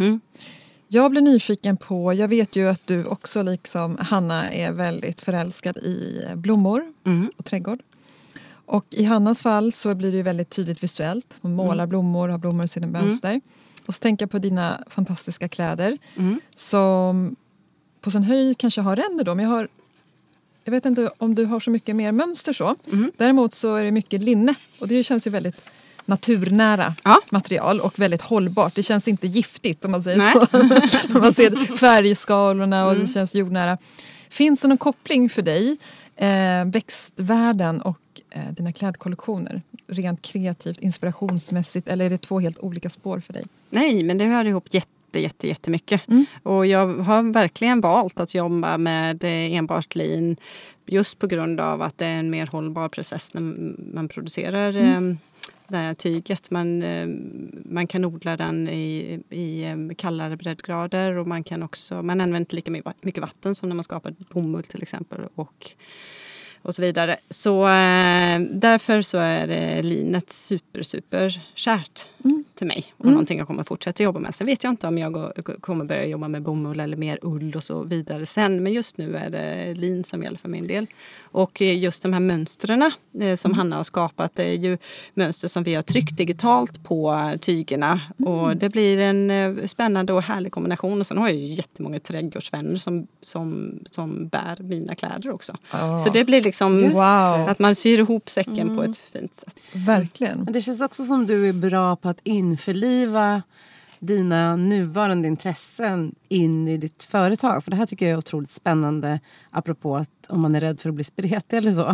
Jag blir nyfiken på, jag vet ju att du också liksom Hanna är väldigt förälskad i blommor och trädgård. Och i Hannas fall så blir det ju väldigt tydligt visuellt. Hon målar blommor, har blommor i sina mönster. Och så tänker jag på dina fantastiska kläder. Som på sin höjd kanske har ränder då. Men jag vet inte om du har så mycket mer mönster så. Däremot så är det mycket linne. Och det känns ju väldigt naturnära material och väldigt hållbart. Det känns inte giftigt om man säger så. Man ser färgskalorna och det känns jordnära. Finns det någon koppling för dig, växtvärlden och dina klädkollektioner? Rent kreativt, inspirationsmässigt, eller är det två helt olika spår för dig? Nej, men det hör ihop jättemycket. Och jag har verkligen valt att jobba med enbart lin just på grund av att det är en mer hållbar process när man producerar det här tyget. Man kan odla den i kallare breddgrader och man använder inte lika mycket vatten som när man skapar bomull till exempel och så vidare. Så därför så är det linet super kärt till mig. Och någonting jag kommer fortsätta jobba med. Sen vet jag inte om jag kommer börja jobba med bomull eller mer ull och så vidare sen. Men just nu är det lin som gäller för min del. Och just de här mönstren som Hanna har skapat, det är ju mönster som vi har tryckt digitalt på tygerna. Och det blir en spännande och härlig kombination. Och sen har jag ju jättemånga trädgårdsvänner som bär mina kläder också. Så det blir liksom att man syr ihop säcken på ett fint sätt. Verkligen. Men det känns också som du är bra på att införliva dina nuvarande intressen in i ditt företag. För det här tycker jag är otroligt spännande. Apropå att om man är rädd för att bli spretig eller så.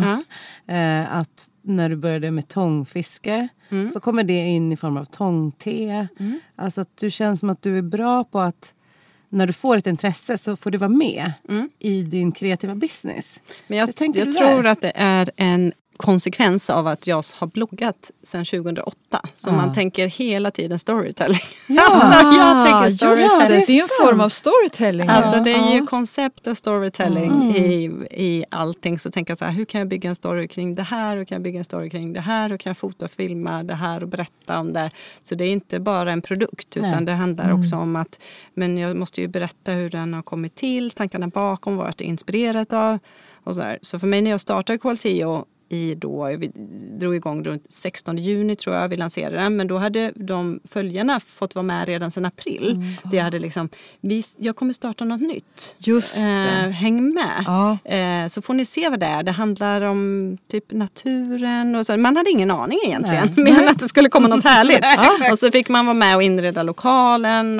Att när du började med tångfiske så kommer det in i form av tångte. Alltså att du känns som att du är bra på att när du får ett intresse så får du vara med i din kreativa business. Men jag tror att det är en konsekvens av att jag har bloggat sedan 2008. Så man tänker hela tiden storytelling. Alltså, jag tänker storytelling. Det är en form av storytelling. Alltså det är ju koncept och storytelling i allting. Så tänker jag så här, hur kan jag bygga en story kring det här? Hur kan jag bygga en story kring det här? Hur kan jag fota och filma det här och berätta om det? Så det är inte bara en produkt utan det handlar också om att men jag måste ju berätta hur den har kommit till, tankarna bakom, vad det är inspirerat av och så där. Så för mig när jag startade KLCO vi drog igång runt 16 juni tror jag vi lanserade den. Men då hade de följarna fått vara med redan sedan april. Det hade liksom, jag kommer starta något nytt. Just det. Häng med. Så får ni se vad det är. Det handlar om typ naturen. Och så. Man hade ingen aning egentligen. Mer än att det skulle komma något härligt. Och så fick man vara med och inreda lokalen.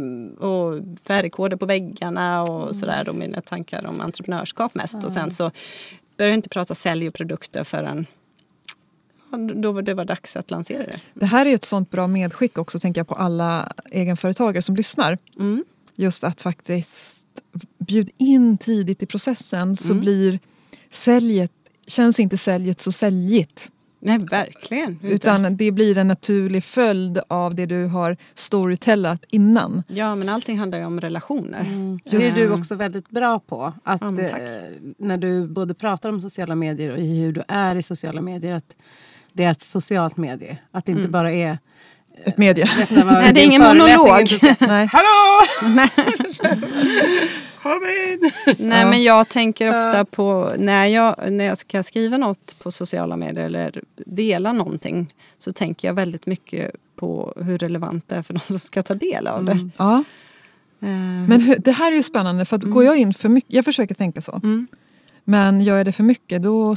Och färgkoder på väggarna. Och sådär. Och mina tankar om entreprenörskap mest. Och sen så började inte prata sälj och produkter förrän då det var dags att lansera det. Det här är ett sånt bra medskick också, tänker jag på alla egenföretagare som lyssnar. Just att faktiskt bjud in tidigt i processen så känns inte säljet så säljigt. Nej, verkligen. Utan det blir en naturlig följd av det du har storytellat innan. Ja, men allting handlar ju om relationer. Det är du också väldigt bra på. Att när du både pratar om sociala medier och i hur du är i sociala medier. Att det är ett socialt medie. Att det inte bara är ett medie. Nej, det är ingen monolog. Nej. Hallå! Kom in! Nej, men jag tänker ofta på när jag ska skriva något på sociala medier eller dela någonting, så tänker jag väldigt mycket på hur relevant det är för de som ska ta del av det. Ja. Men det här är ju spännande, för att går jag in för mycket, jag försöker tänka så. Men gör jag det för mycket, då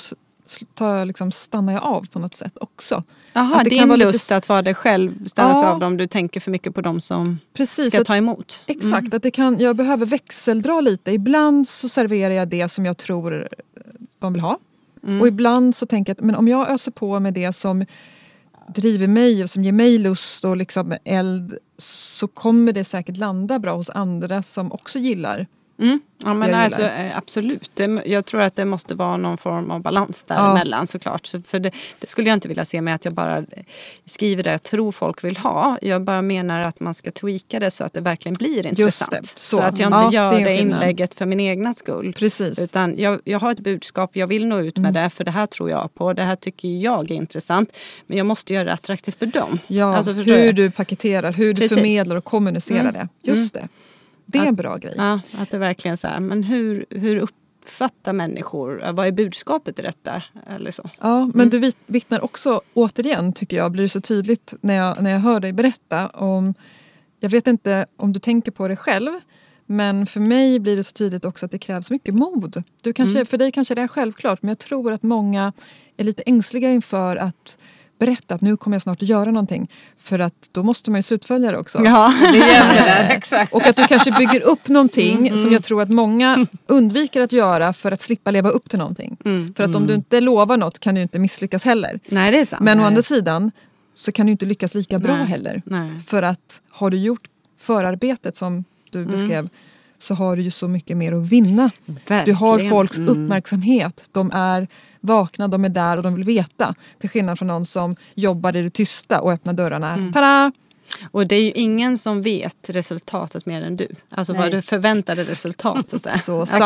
stannar jag av på något sätt också. Jaha, din lust att vara dig själv stannas av om du tänker för mycket på dem som ska ta emot. Exakt, att jag behöver växeldra lite. Ibland så serverar jag det som jag tror de vill ha. Och ibland så tänker jag att men om jag öser på med det som driver mig och som ger mig lust och liksom eld, så kommer det säkert landa bra hos andra som också gillar. Ja, men alltså, absolut. Jag tror att det måste vara någon form av balans däremellan såklart. För det skulle jag inte vilja se med att jag bara skriver det jag tror folk vill ha. Jag bara menar att man ska tweaka det så att det verkligen blir intressant. Just det, så att jag inte gör det inlägget för min egna skull. Precis. Utan jag har ett budskap, jag vill nå ut med det, för det här tror jag på. Det här tycker jag är intressant. Men jag måste göra det attraktivt för dem. Ja, alltså, hur du paketerar, hur du förmedlar och kommunicerar det. Just det. Det är en bra grej. Ja, att det verkligen så här, men hur uppfattar människor, vad är budskapet i detta? Eller så. Ja, men du vittnar också, återigen tycker jag, blir det så tydligt när jag hör dig berätta om, jag vet inte om du tänker på det själv, men för mig blir det så tydligt också att det krävs mycket mod. För dig kanske det är självklart, men jag tror att många är lite ängsliga inför att berätta att nu kommer jag snart att göra någonting. För att då måste man ju slutfölja det också. Ja, det gäller det. Exakt. Och att du kanske bygger upp någonting som jag tror att många undviker att göra för att slippa leva upp till någonting. För att om du inte lovar något kan du inte misslyckas heller. Nej, det är sant. Men å andra sidan så kan du inte lyckas lika bra heller. Nej. För att har du gjort förarbetet som du beskrev, så har du ju så mycket mer att vinna. Verkligen. Du har folks uppmärksamhet. De är vakna, de är där och de vill veta. Till skillnad från någon som jobbar i det tysta och öppnar dörrarna. Tada! Och det är ju ingen som vet resultatet mer än du. Alltså vad du förväntade resultatet är.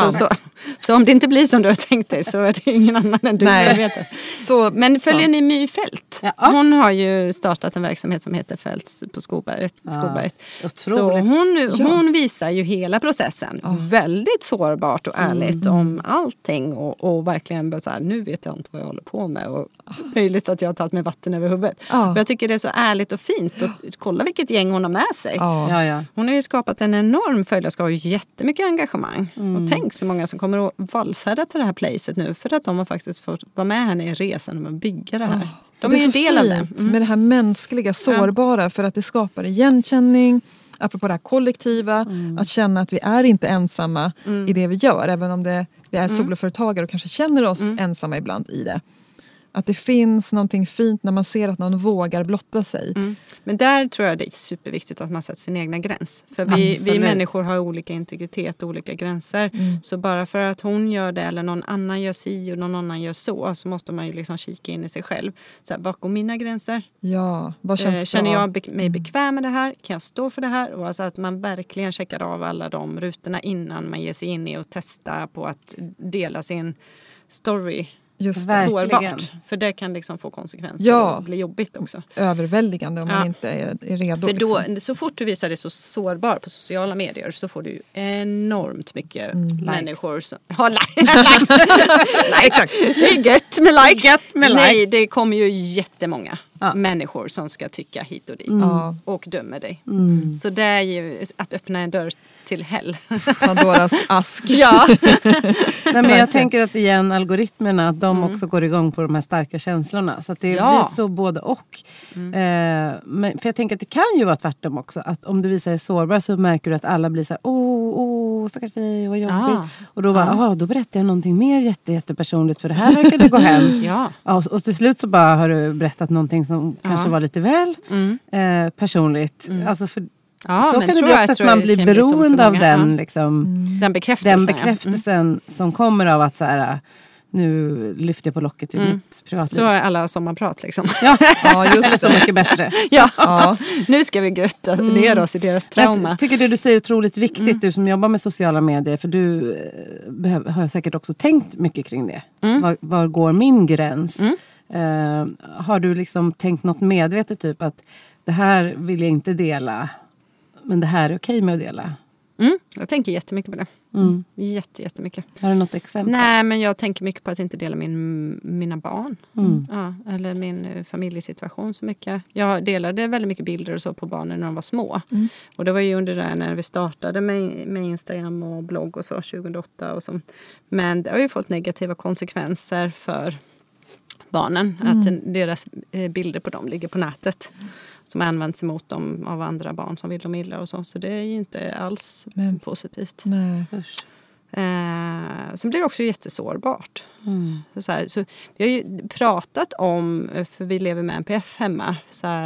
Så om det inte blir som du har tänkt dig, så är det ju ingen annan än du som vet det. Men följer ni My Fält? Ja. Hon har ju startat en verksamhet som heter Fälts på Skolberget. Så hon visar ju hela processen. Väldigt sårbart och ärligt om allting. Och verkligen så här, nu vet jag inte vad jag håller på med. Och möjligt att jag har tagit med vatten över huvudet. Och jag tycker det är så ärligt och fint. Och kolla vilket gäng hon har med sig. Hon har ju skapat en enorm följarskara och jättemycket engagemang. Och tänk så många som kommer att vallfärda till det här placet nu, för att de har faktiskt fått vara med henne i resan med att bygga det här. De är ju en del av det. Med det här mänskliga, sårbara, för att det skapar igenkänning. Apropå det här kollektiva, att känna att vi är inte ensamma i det vi gör. Även om vi är soloföretagare och kanske känner oss ensamma ibland i det. Att det finns någonting fint när man ser att någon vågar blotta sig. Men där tror jag det är superviktigt att man sätter sin egna gräns. För vi människor har olika integritet och olika gränser. Så bara för att hon gör det eller någon annan gör si och någon annan gör så måste man ju liksom kika in i sig själv. Så här, vad går mina gränser? Ja, vad känns känner jag mig bekväm med det här? Kan jag stå för det här? Och alltså att man verkligen checkar av alla de rutorna innan man ger sig in i och testar på att dela sin story. Just sårbart. För det kan liksom få konsekvenser och bli jobbigt också. Överväldigande om man inte är redo. För då, så fort du visar dig så sårbar på sociala medier, så får du ju enormt mycket människor som har likes. Exakt. Det är gött med likes. Nej, det kommer ju jättemånga människor som ska tycka hit och dit och dömer dig. Så det är ju att öppna en dörr till hell. Pandoras ask. Nej, men jag tänker att igen algoritmerna, att de också går igång på de här starka känslorna. Så att det blir så både och. Men, för jag tänker att det kan ju vara tvärtom också. Att om du visar dig sårbar så märker du att alla blir så här, stackars dig, vad jobbigt. Och då bara, då berättar jag någonting mer jättepersonligt, för det här verkar det gå hem. Och till slut så bara har du berättat någonting som kanske var lite väl personligt. Alltså för så kan det bli också att man blir beroende av den, liksom, den bekräftelsen som kommer av att så här, nu lyfter jag på locket i mitt privatliv. Så är alla sommarprat liksom. Just det, så mycket bättre. Nu ska vi götta ner oss i deras trauma. Jag tycker du säger är otroligt viktigt, du som jobbar med sociala medier, för du har säkert också tänkt mycket kring det. Var går min gräns? Har du liksom tänkt något medvetet, typ att det här vill jag inte dela, men det här är okej med att dela? Jag tänker jättemycket på det. Jättemycket. Har du något exempel? Nej, men jag tänker mycket på att inte dela mina barn. Ja, eller min familjesituation så mycket. Jag delade väldigt mycket bilder och så på barnen när de var små. Och det var ju under det när vi startade med Instagram och blogg och så 2008 och så. Men det har ju fått negativa konsekvenser för barnen. Att deras bilder på dem ligger på nätet. Som används emot dem av andra barn som vill dem illa och så. Så det är ju inte alls positivt. Nej. Sen blir det också jättesårbart. Så vi har ju pratat om, för vi lever med NPF hemma,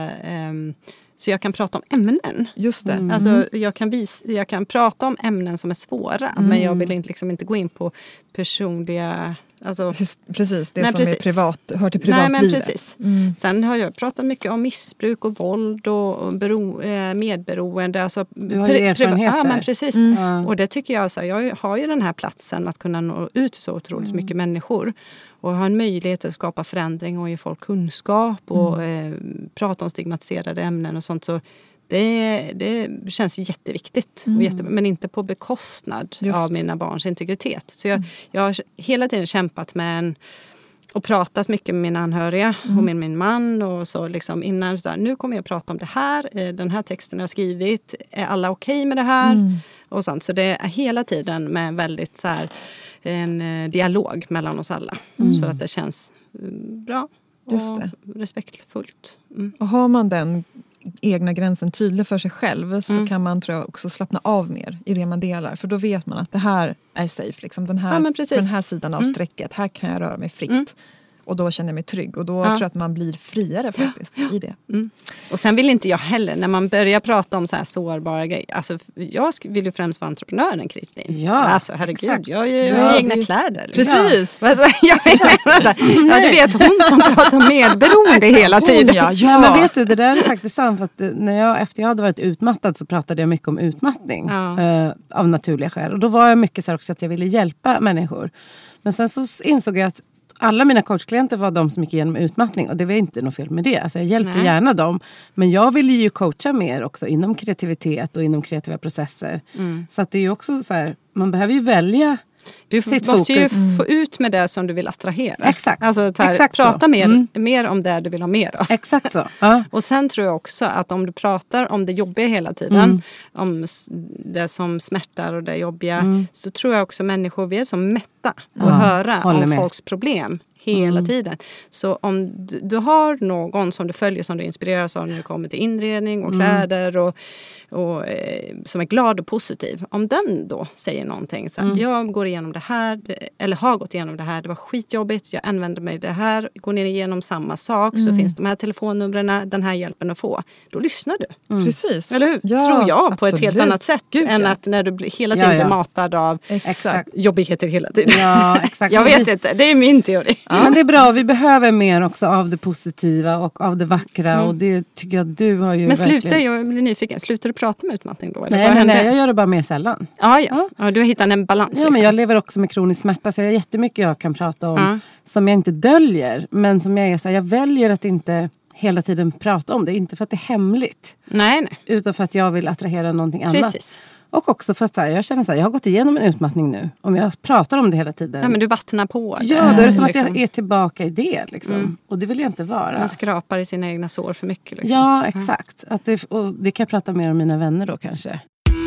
så jag kan prata om ämnen. Just det. Alltså, jag kan prata om ämnen som är svåra, men jag vill inte gå in på personliga... Alltså, precis, det som är privat, hör till privatlivet. Nej, men precis. Sen har jag pratat mycket om missbruk och våld och medberoende. Alltså, du har ju erfarenheter. Ja, men precis. Och det tycker jag, så jag har ju den här platsen att kunna nå ut så otroligt mycket människor. Och ha en möjlighet att skapa förändring och ge folk kunskap och prata om stigmatiserade ämnen och sånt. Så det känns jätteviktigt, men inte på bekostnad av mina barns integritet. Så jag har hela tiden kämpat med och pratat mycket med mina anhöriga och med min man och så liksom innan så här, nu kommer jag prata om det här, den här texten jag har skrivit, är alla okej med det här? Och sånt. Så det är hela tiden med väldigt så här, en dialog mellan oss alla så att det känns bra och respektfullt. Och har man den egna gränsen tydlig för sig själv så kan man, tror jag, också slappna av mer i det man delar. För då vet man att det här är safe. Liksom. På den här sidan av strecket, här kan jag röra mig fritt. Och då känner jag mig trygg. Och då tror jag att man blir friare faktiskt i det. Och sen vill inte jag heller, när man börjar prata om så här sårbara grejer. Alltså, jag vill ju främst vara entreprenören, Kristin. Ja, alltså, herregud, exakt. Jag gör ju egna kläder. Liksom. Precis. Ja. Du vet, hon som pratar om medberoende hela tiden. Ja, men vet du, det där är faktiskt sant. För att efter jag hade varit utmattad så pratade jag mycket om utmattning. Av naturliga skäl. Och då var jag mycket så här också att jag ville hjälpa människor. Men sen så insåg jag att alla mina coachklienter var de som gick igenom utmattning. Och det var inte något fel med det. Alltså jag hjälper gärna dem. Men jag ville ju coacha mer också inom kreativitet och inom kreativa processer. Så att det är ju också så här, man behöver ju välja du måste ju få ut med det som du vill attrahera. Exakt. Alltså prata mer om det du vill ha mer av. Exakt så. Och sen tror jag också att om du pratar om det jobbiga hela tiden, om det som smärtar och det jobbiga, så tror jag också människor, vi är så mätta att höra om folks problem hela tiden. Så om du har någon som du följer, som du inspireras av när det kommer till inredning och kläder och som är glad och positiv. Om den då säger någonting så att jag går igenom det här, eller har gått igenom det här, det var skitjobbigt, jag använder mig det här, går ner igenom samma sak, så finns de här telefonnumren, den här hjälpen att få. Då lyssnar du. Precis. Eller hur? Ja, tror jag, absolut. på ett helt annat sätt än att när du hela tiden blir matad av jobbigheter hela tiden. Ja, exakt. Jag vet inte, det är min teori. Ja. Men det är bra, vi behöver mer också av det positiva och av det vackra och det tycker jag du har ju. Men jag blir nyfiken, slutar du prata med utmattning då? Eller nej, jag gör det bara mer sällan. Ja, du har hittat en balans. Ja, men jag lever också med kronisk smärta, så jag har jättemycket jag kan prata om som jag inte döljer, men som jag är så här, jag väljer att inte hela tiden prata om det, inte för att det är hemligt. Nej. Utan för att jag vill attrahera någonting annat. Precis. Och också för att jag känner så här, jag har gått igenom en utmattning nu. Om jag pratar om det hela tiden. Ja, men du vattnar på det. Ja, då är det som att jag är tillbaka i det. Liksom. Och det vill jag inte vara. Man skrapar i sina egna sår för mycket. Liksom. Ja, exakt. Och det kan jag prata mer om mina vänner då kanske.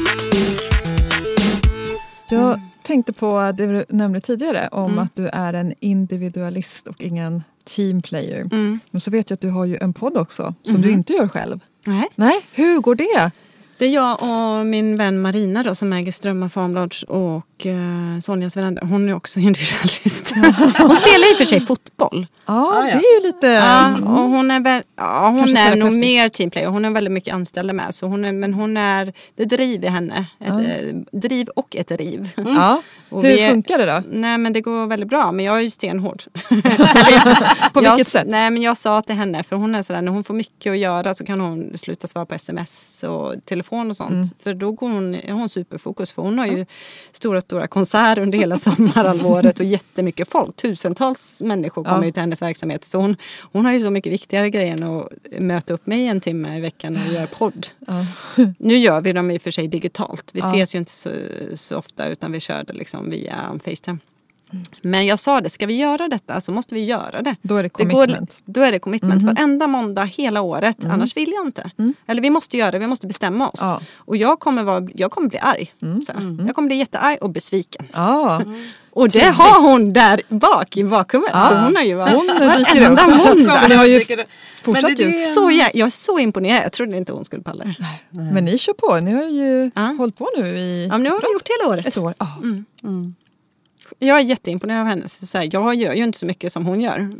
Jag tänkte på det du nämnde tidigare. Om att du är en individualist och ingen teamplayer. Men så vet jag att du har ju en podd också. Som du inte gör själv. Nej, hur går det? Det är jag och min vän Marina då, som äger Strömmar Farmlodge och Sonjas vänner. Hon är också individualist. Hon spelar i och för sig fotboll. Ja, det är ju lite... Ja, och hon är nog mer teamplayer. Hon är väldigt mycket anställda med. Så det driver henne. Driv och ett riv. Ja. Och hur funkar det då? Nej, men det går väldigt bra. Men jag är ju stenhård. På vilket sätt? Nej, men jag sa till henne, för hon är sådär, när hon får mycket att göra så kan hon sluta svara på sms och telefon telefon och sånt. För då har hon superfokus. För hon har ju stora konserter under hela sommarhalvåret och jättemycket folk. Tusentals människor kommer ju till hennes verksamhet. Så hon har ju så mycket viktigare grejer än att möta upp mig en timme i veckan och göra podd. Nu gör vi dem i och för sig digitalt. Vi ses ju inte så ofta utan vi kör det liksom via FaceTime. Men jag sa det, ska vi göra detta så måste vi göra det. Då är det commitment. Då är det commitment. Varenda måndag hela året. Annars vill jag inte. Eller vi måste göra det, vi måste bestämma oss. Och jag kommer bli arg. Jag kommer bli jättearg och besviken. Och det har hon där bak i bakrummet. Så hon har ju hon dyker upp. Hon har ju fortsatt ut. Jag är så imponerad. Jag trodde inte hon skulle palla det. Nej. Men ni kör på. Ni har ju hållit på nu i... Ja, nu har vi gjort hela året. Ett år. Jag är jätteimponerad av henne. Så jag gör ju inte så mycket som hon gör.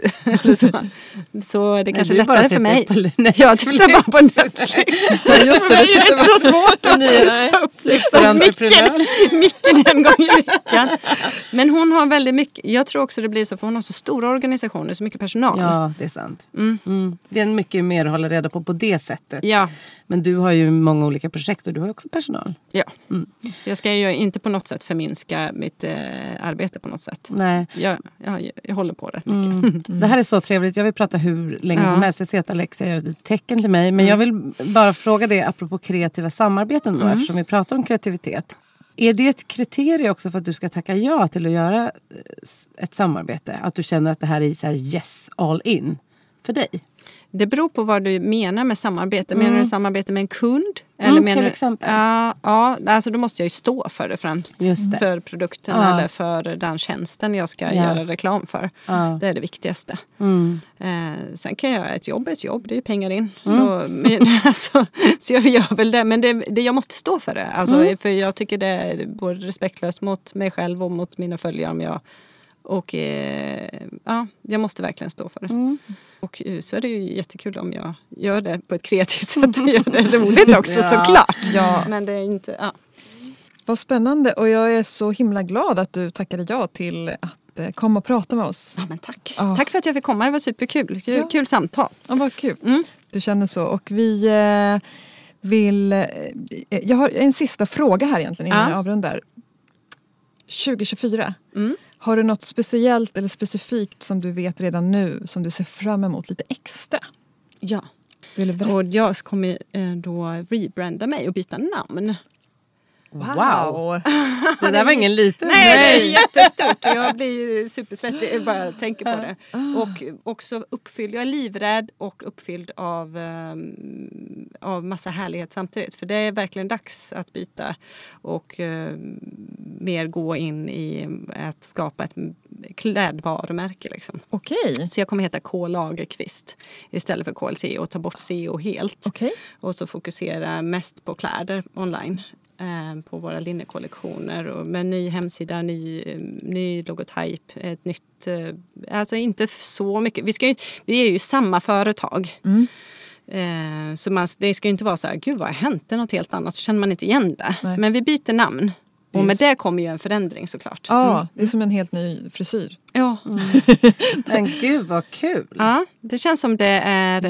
så det kanske är lättare för mig. Jag tittar bara på Netflix. Just det är inte så svårt att ta upp micken en gång i veckan. Men hon har väldigt mycket. Jag tror också det blir så för hon har så stora organisationer, så mycket personal. Ja, det är sant. Det är mycket mer att hålla reda på det sättet. Ja. Men du har ju många olika projekt och du har också personal. Ja, så jag ska ju inte på något sätt förminska mitt arbete på något sätt. Nej. Jag håller på rätt mycket. Det här är så trevligt. Jag vill prata hur länge som helst. Jag ser att Alexa gör ett tecken till mig. Men jag vill bara fråga det apropå kreativa samarbeten då, eftersom vi pratar om kreativitet. Är det ett kriterie också för att du ska tacka ja till att göra ett samarbete? Att du känner att det här är så här yes, all in för dig? Det beror på vad du menar med samarbete. Menar du samarbete med en kund? Eller menar till exempel. Ja, alltså då måste jag ju stå för det främst. Just det. För produkten eller för den tjänsten jag ska göra reklam för. Det är det viktigaste. Sen kan jag göra ett jobb. Det är ju pengar in. Så jag gör väl det. Men det jag måste stå för det. Alltså, för jag tycker det är både respektlöst mot mig själv och mot mina följare om jag... Och jag måste verkligen stå för det. Och så är det ju jättekul om jag gör det på ett kreativt sätt och gör det roligt också såklart. Ja. Men det är inte... Vad spännande, och jag är så himla glad att du tackade ja till att komma och prata med oss. Ja, men tack. Tack för att jag fick komma, det var superkul. Kul samtal. Ja, vad kul. Du känner så. Och vi vill... Jag har en sista fråga här egentligen innan jag avrundar. 2024. Har du något speciellt eller specifikt som du vet redan nu som du ser fram emot lite extra? Ja. Och jag kommer då rebranda mig och byta namn. Wow! Det där var ingen liten. Nej, det är jättestort. Jag blir supersvettig. Jag bara tänker på det. Och också jag är livrädd och uppfylld av massa härlighet samtidigt. För det är verkligen dags att byta och mer gå in i att skapa ett klädvarumärke. Liksom. Okej. Så jag kommer heta K. Lagerqvist istället för KLC och ta bort CEO helt. Okej. Och så fokusera mest på kläder online. På våra linnekollektioner och med ny hemsida, ny logotyp, ett nytt, alltså inte så mycket. Vi är ju samma företag. Så det ska ju inte vara så här, gud vad har hänt, det är något helt annat, så känner man inte igen det. Nej. Men vi byter namn. Och med det kommer ju en förändring såklart. Ja, det är som en helt ny frisyr. Ja. Men gud vad kul. Ja, det känns som det är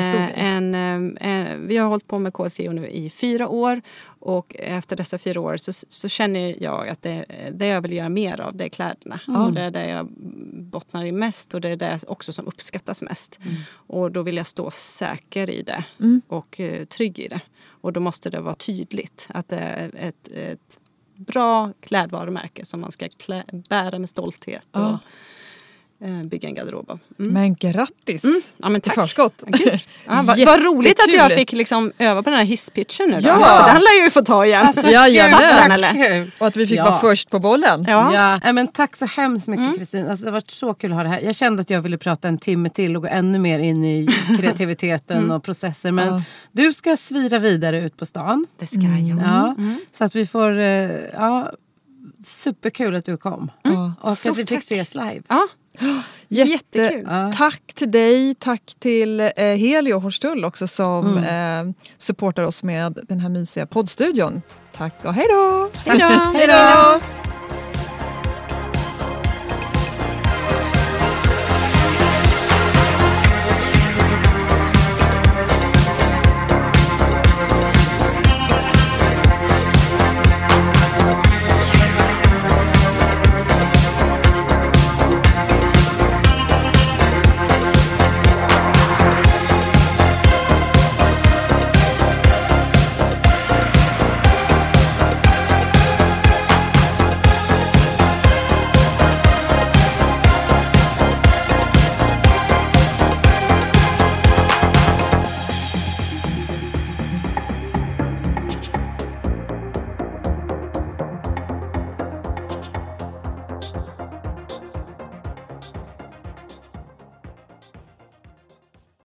vi har hållit på med KLC nu i 4 år. Och efter dessa 4 år så känner jag att det jag vill göra mer av, det är kläderna. Och det är det jag bottnar i mest och det är det också som uppskattas mest. Och då vill jag stå säker i det och trygg i det. Och då måste det vara tydligt att det är ett bra klädvarumärke som man ska bära med stolthet och bygga en garderob av. Men grattis! Ja, men tack. Till förskott. Vad roligt att jag fick liksom öva på den här hisspitchen nu då. Ja. För den lär jag ju få ta igen. Alltså, och att vi fick vara först på bollen. Ja. Men tack så hemskt mycket Kristin. Alltså, det har varit så kul att ha det här. Jag kände att jag ville prata en timme till och gå ännu mer in i kreativiteten och processer. Men du ska svira vidare ut på stan. Det ska jag. Så att vi får... superkul att du kom. Och att vi fick ses live. Ja. Jättekul. Tack till dig, tack till Helio Horstull också som supportar oss med den här mysiga poddstudion. Tack och hej då! Hej då!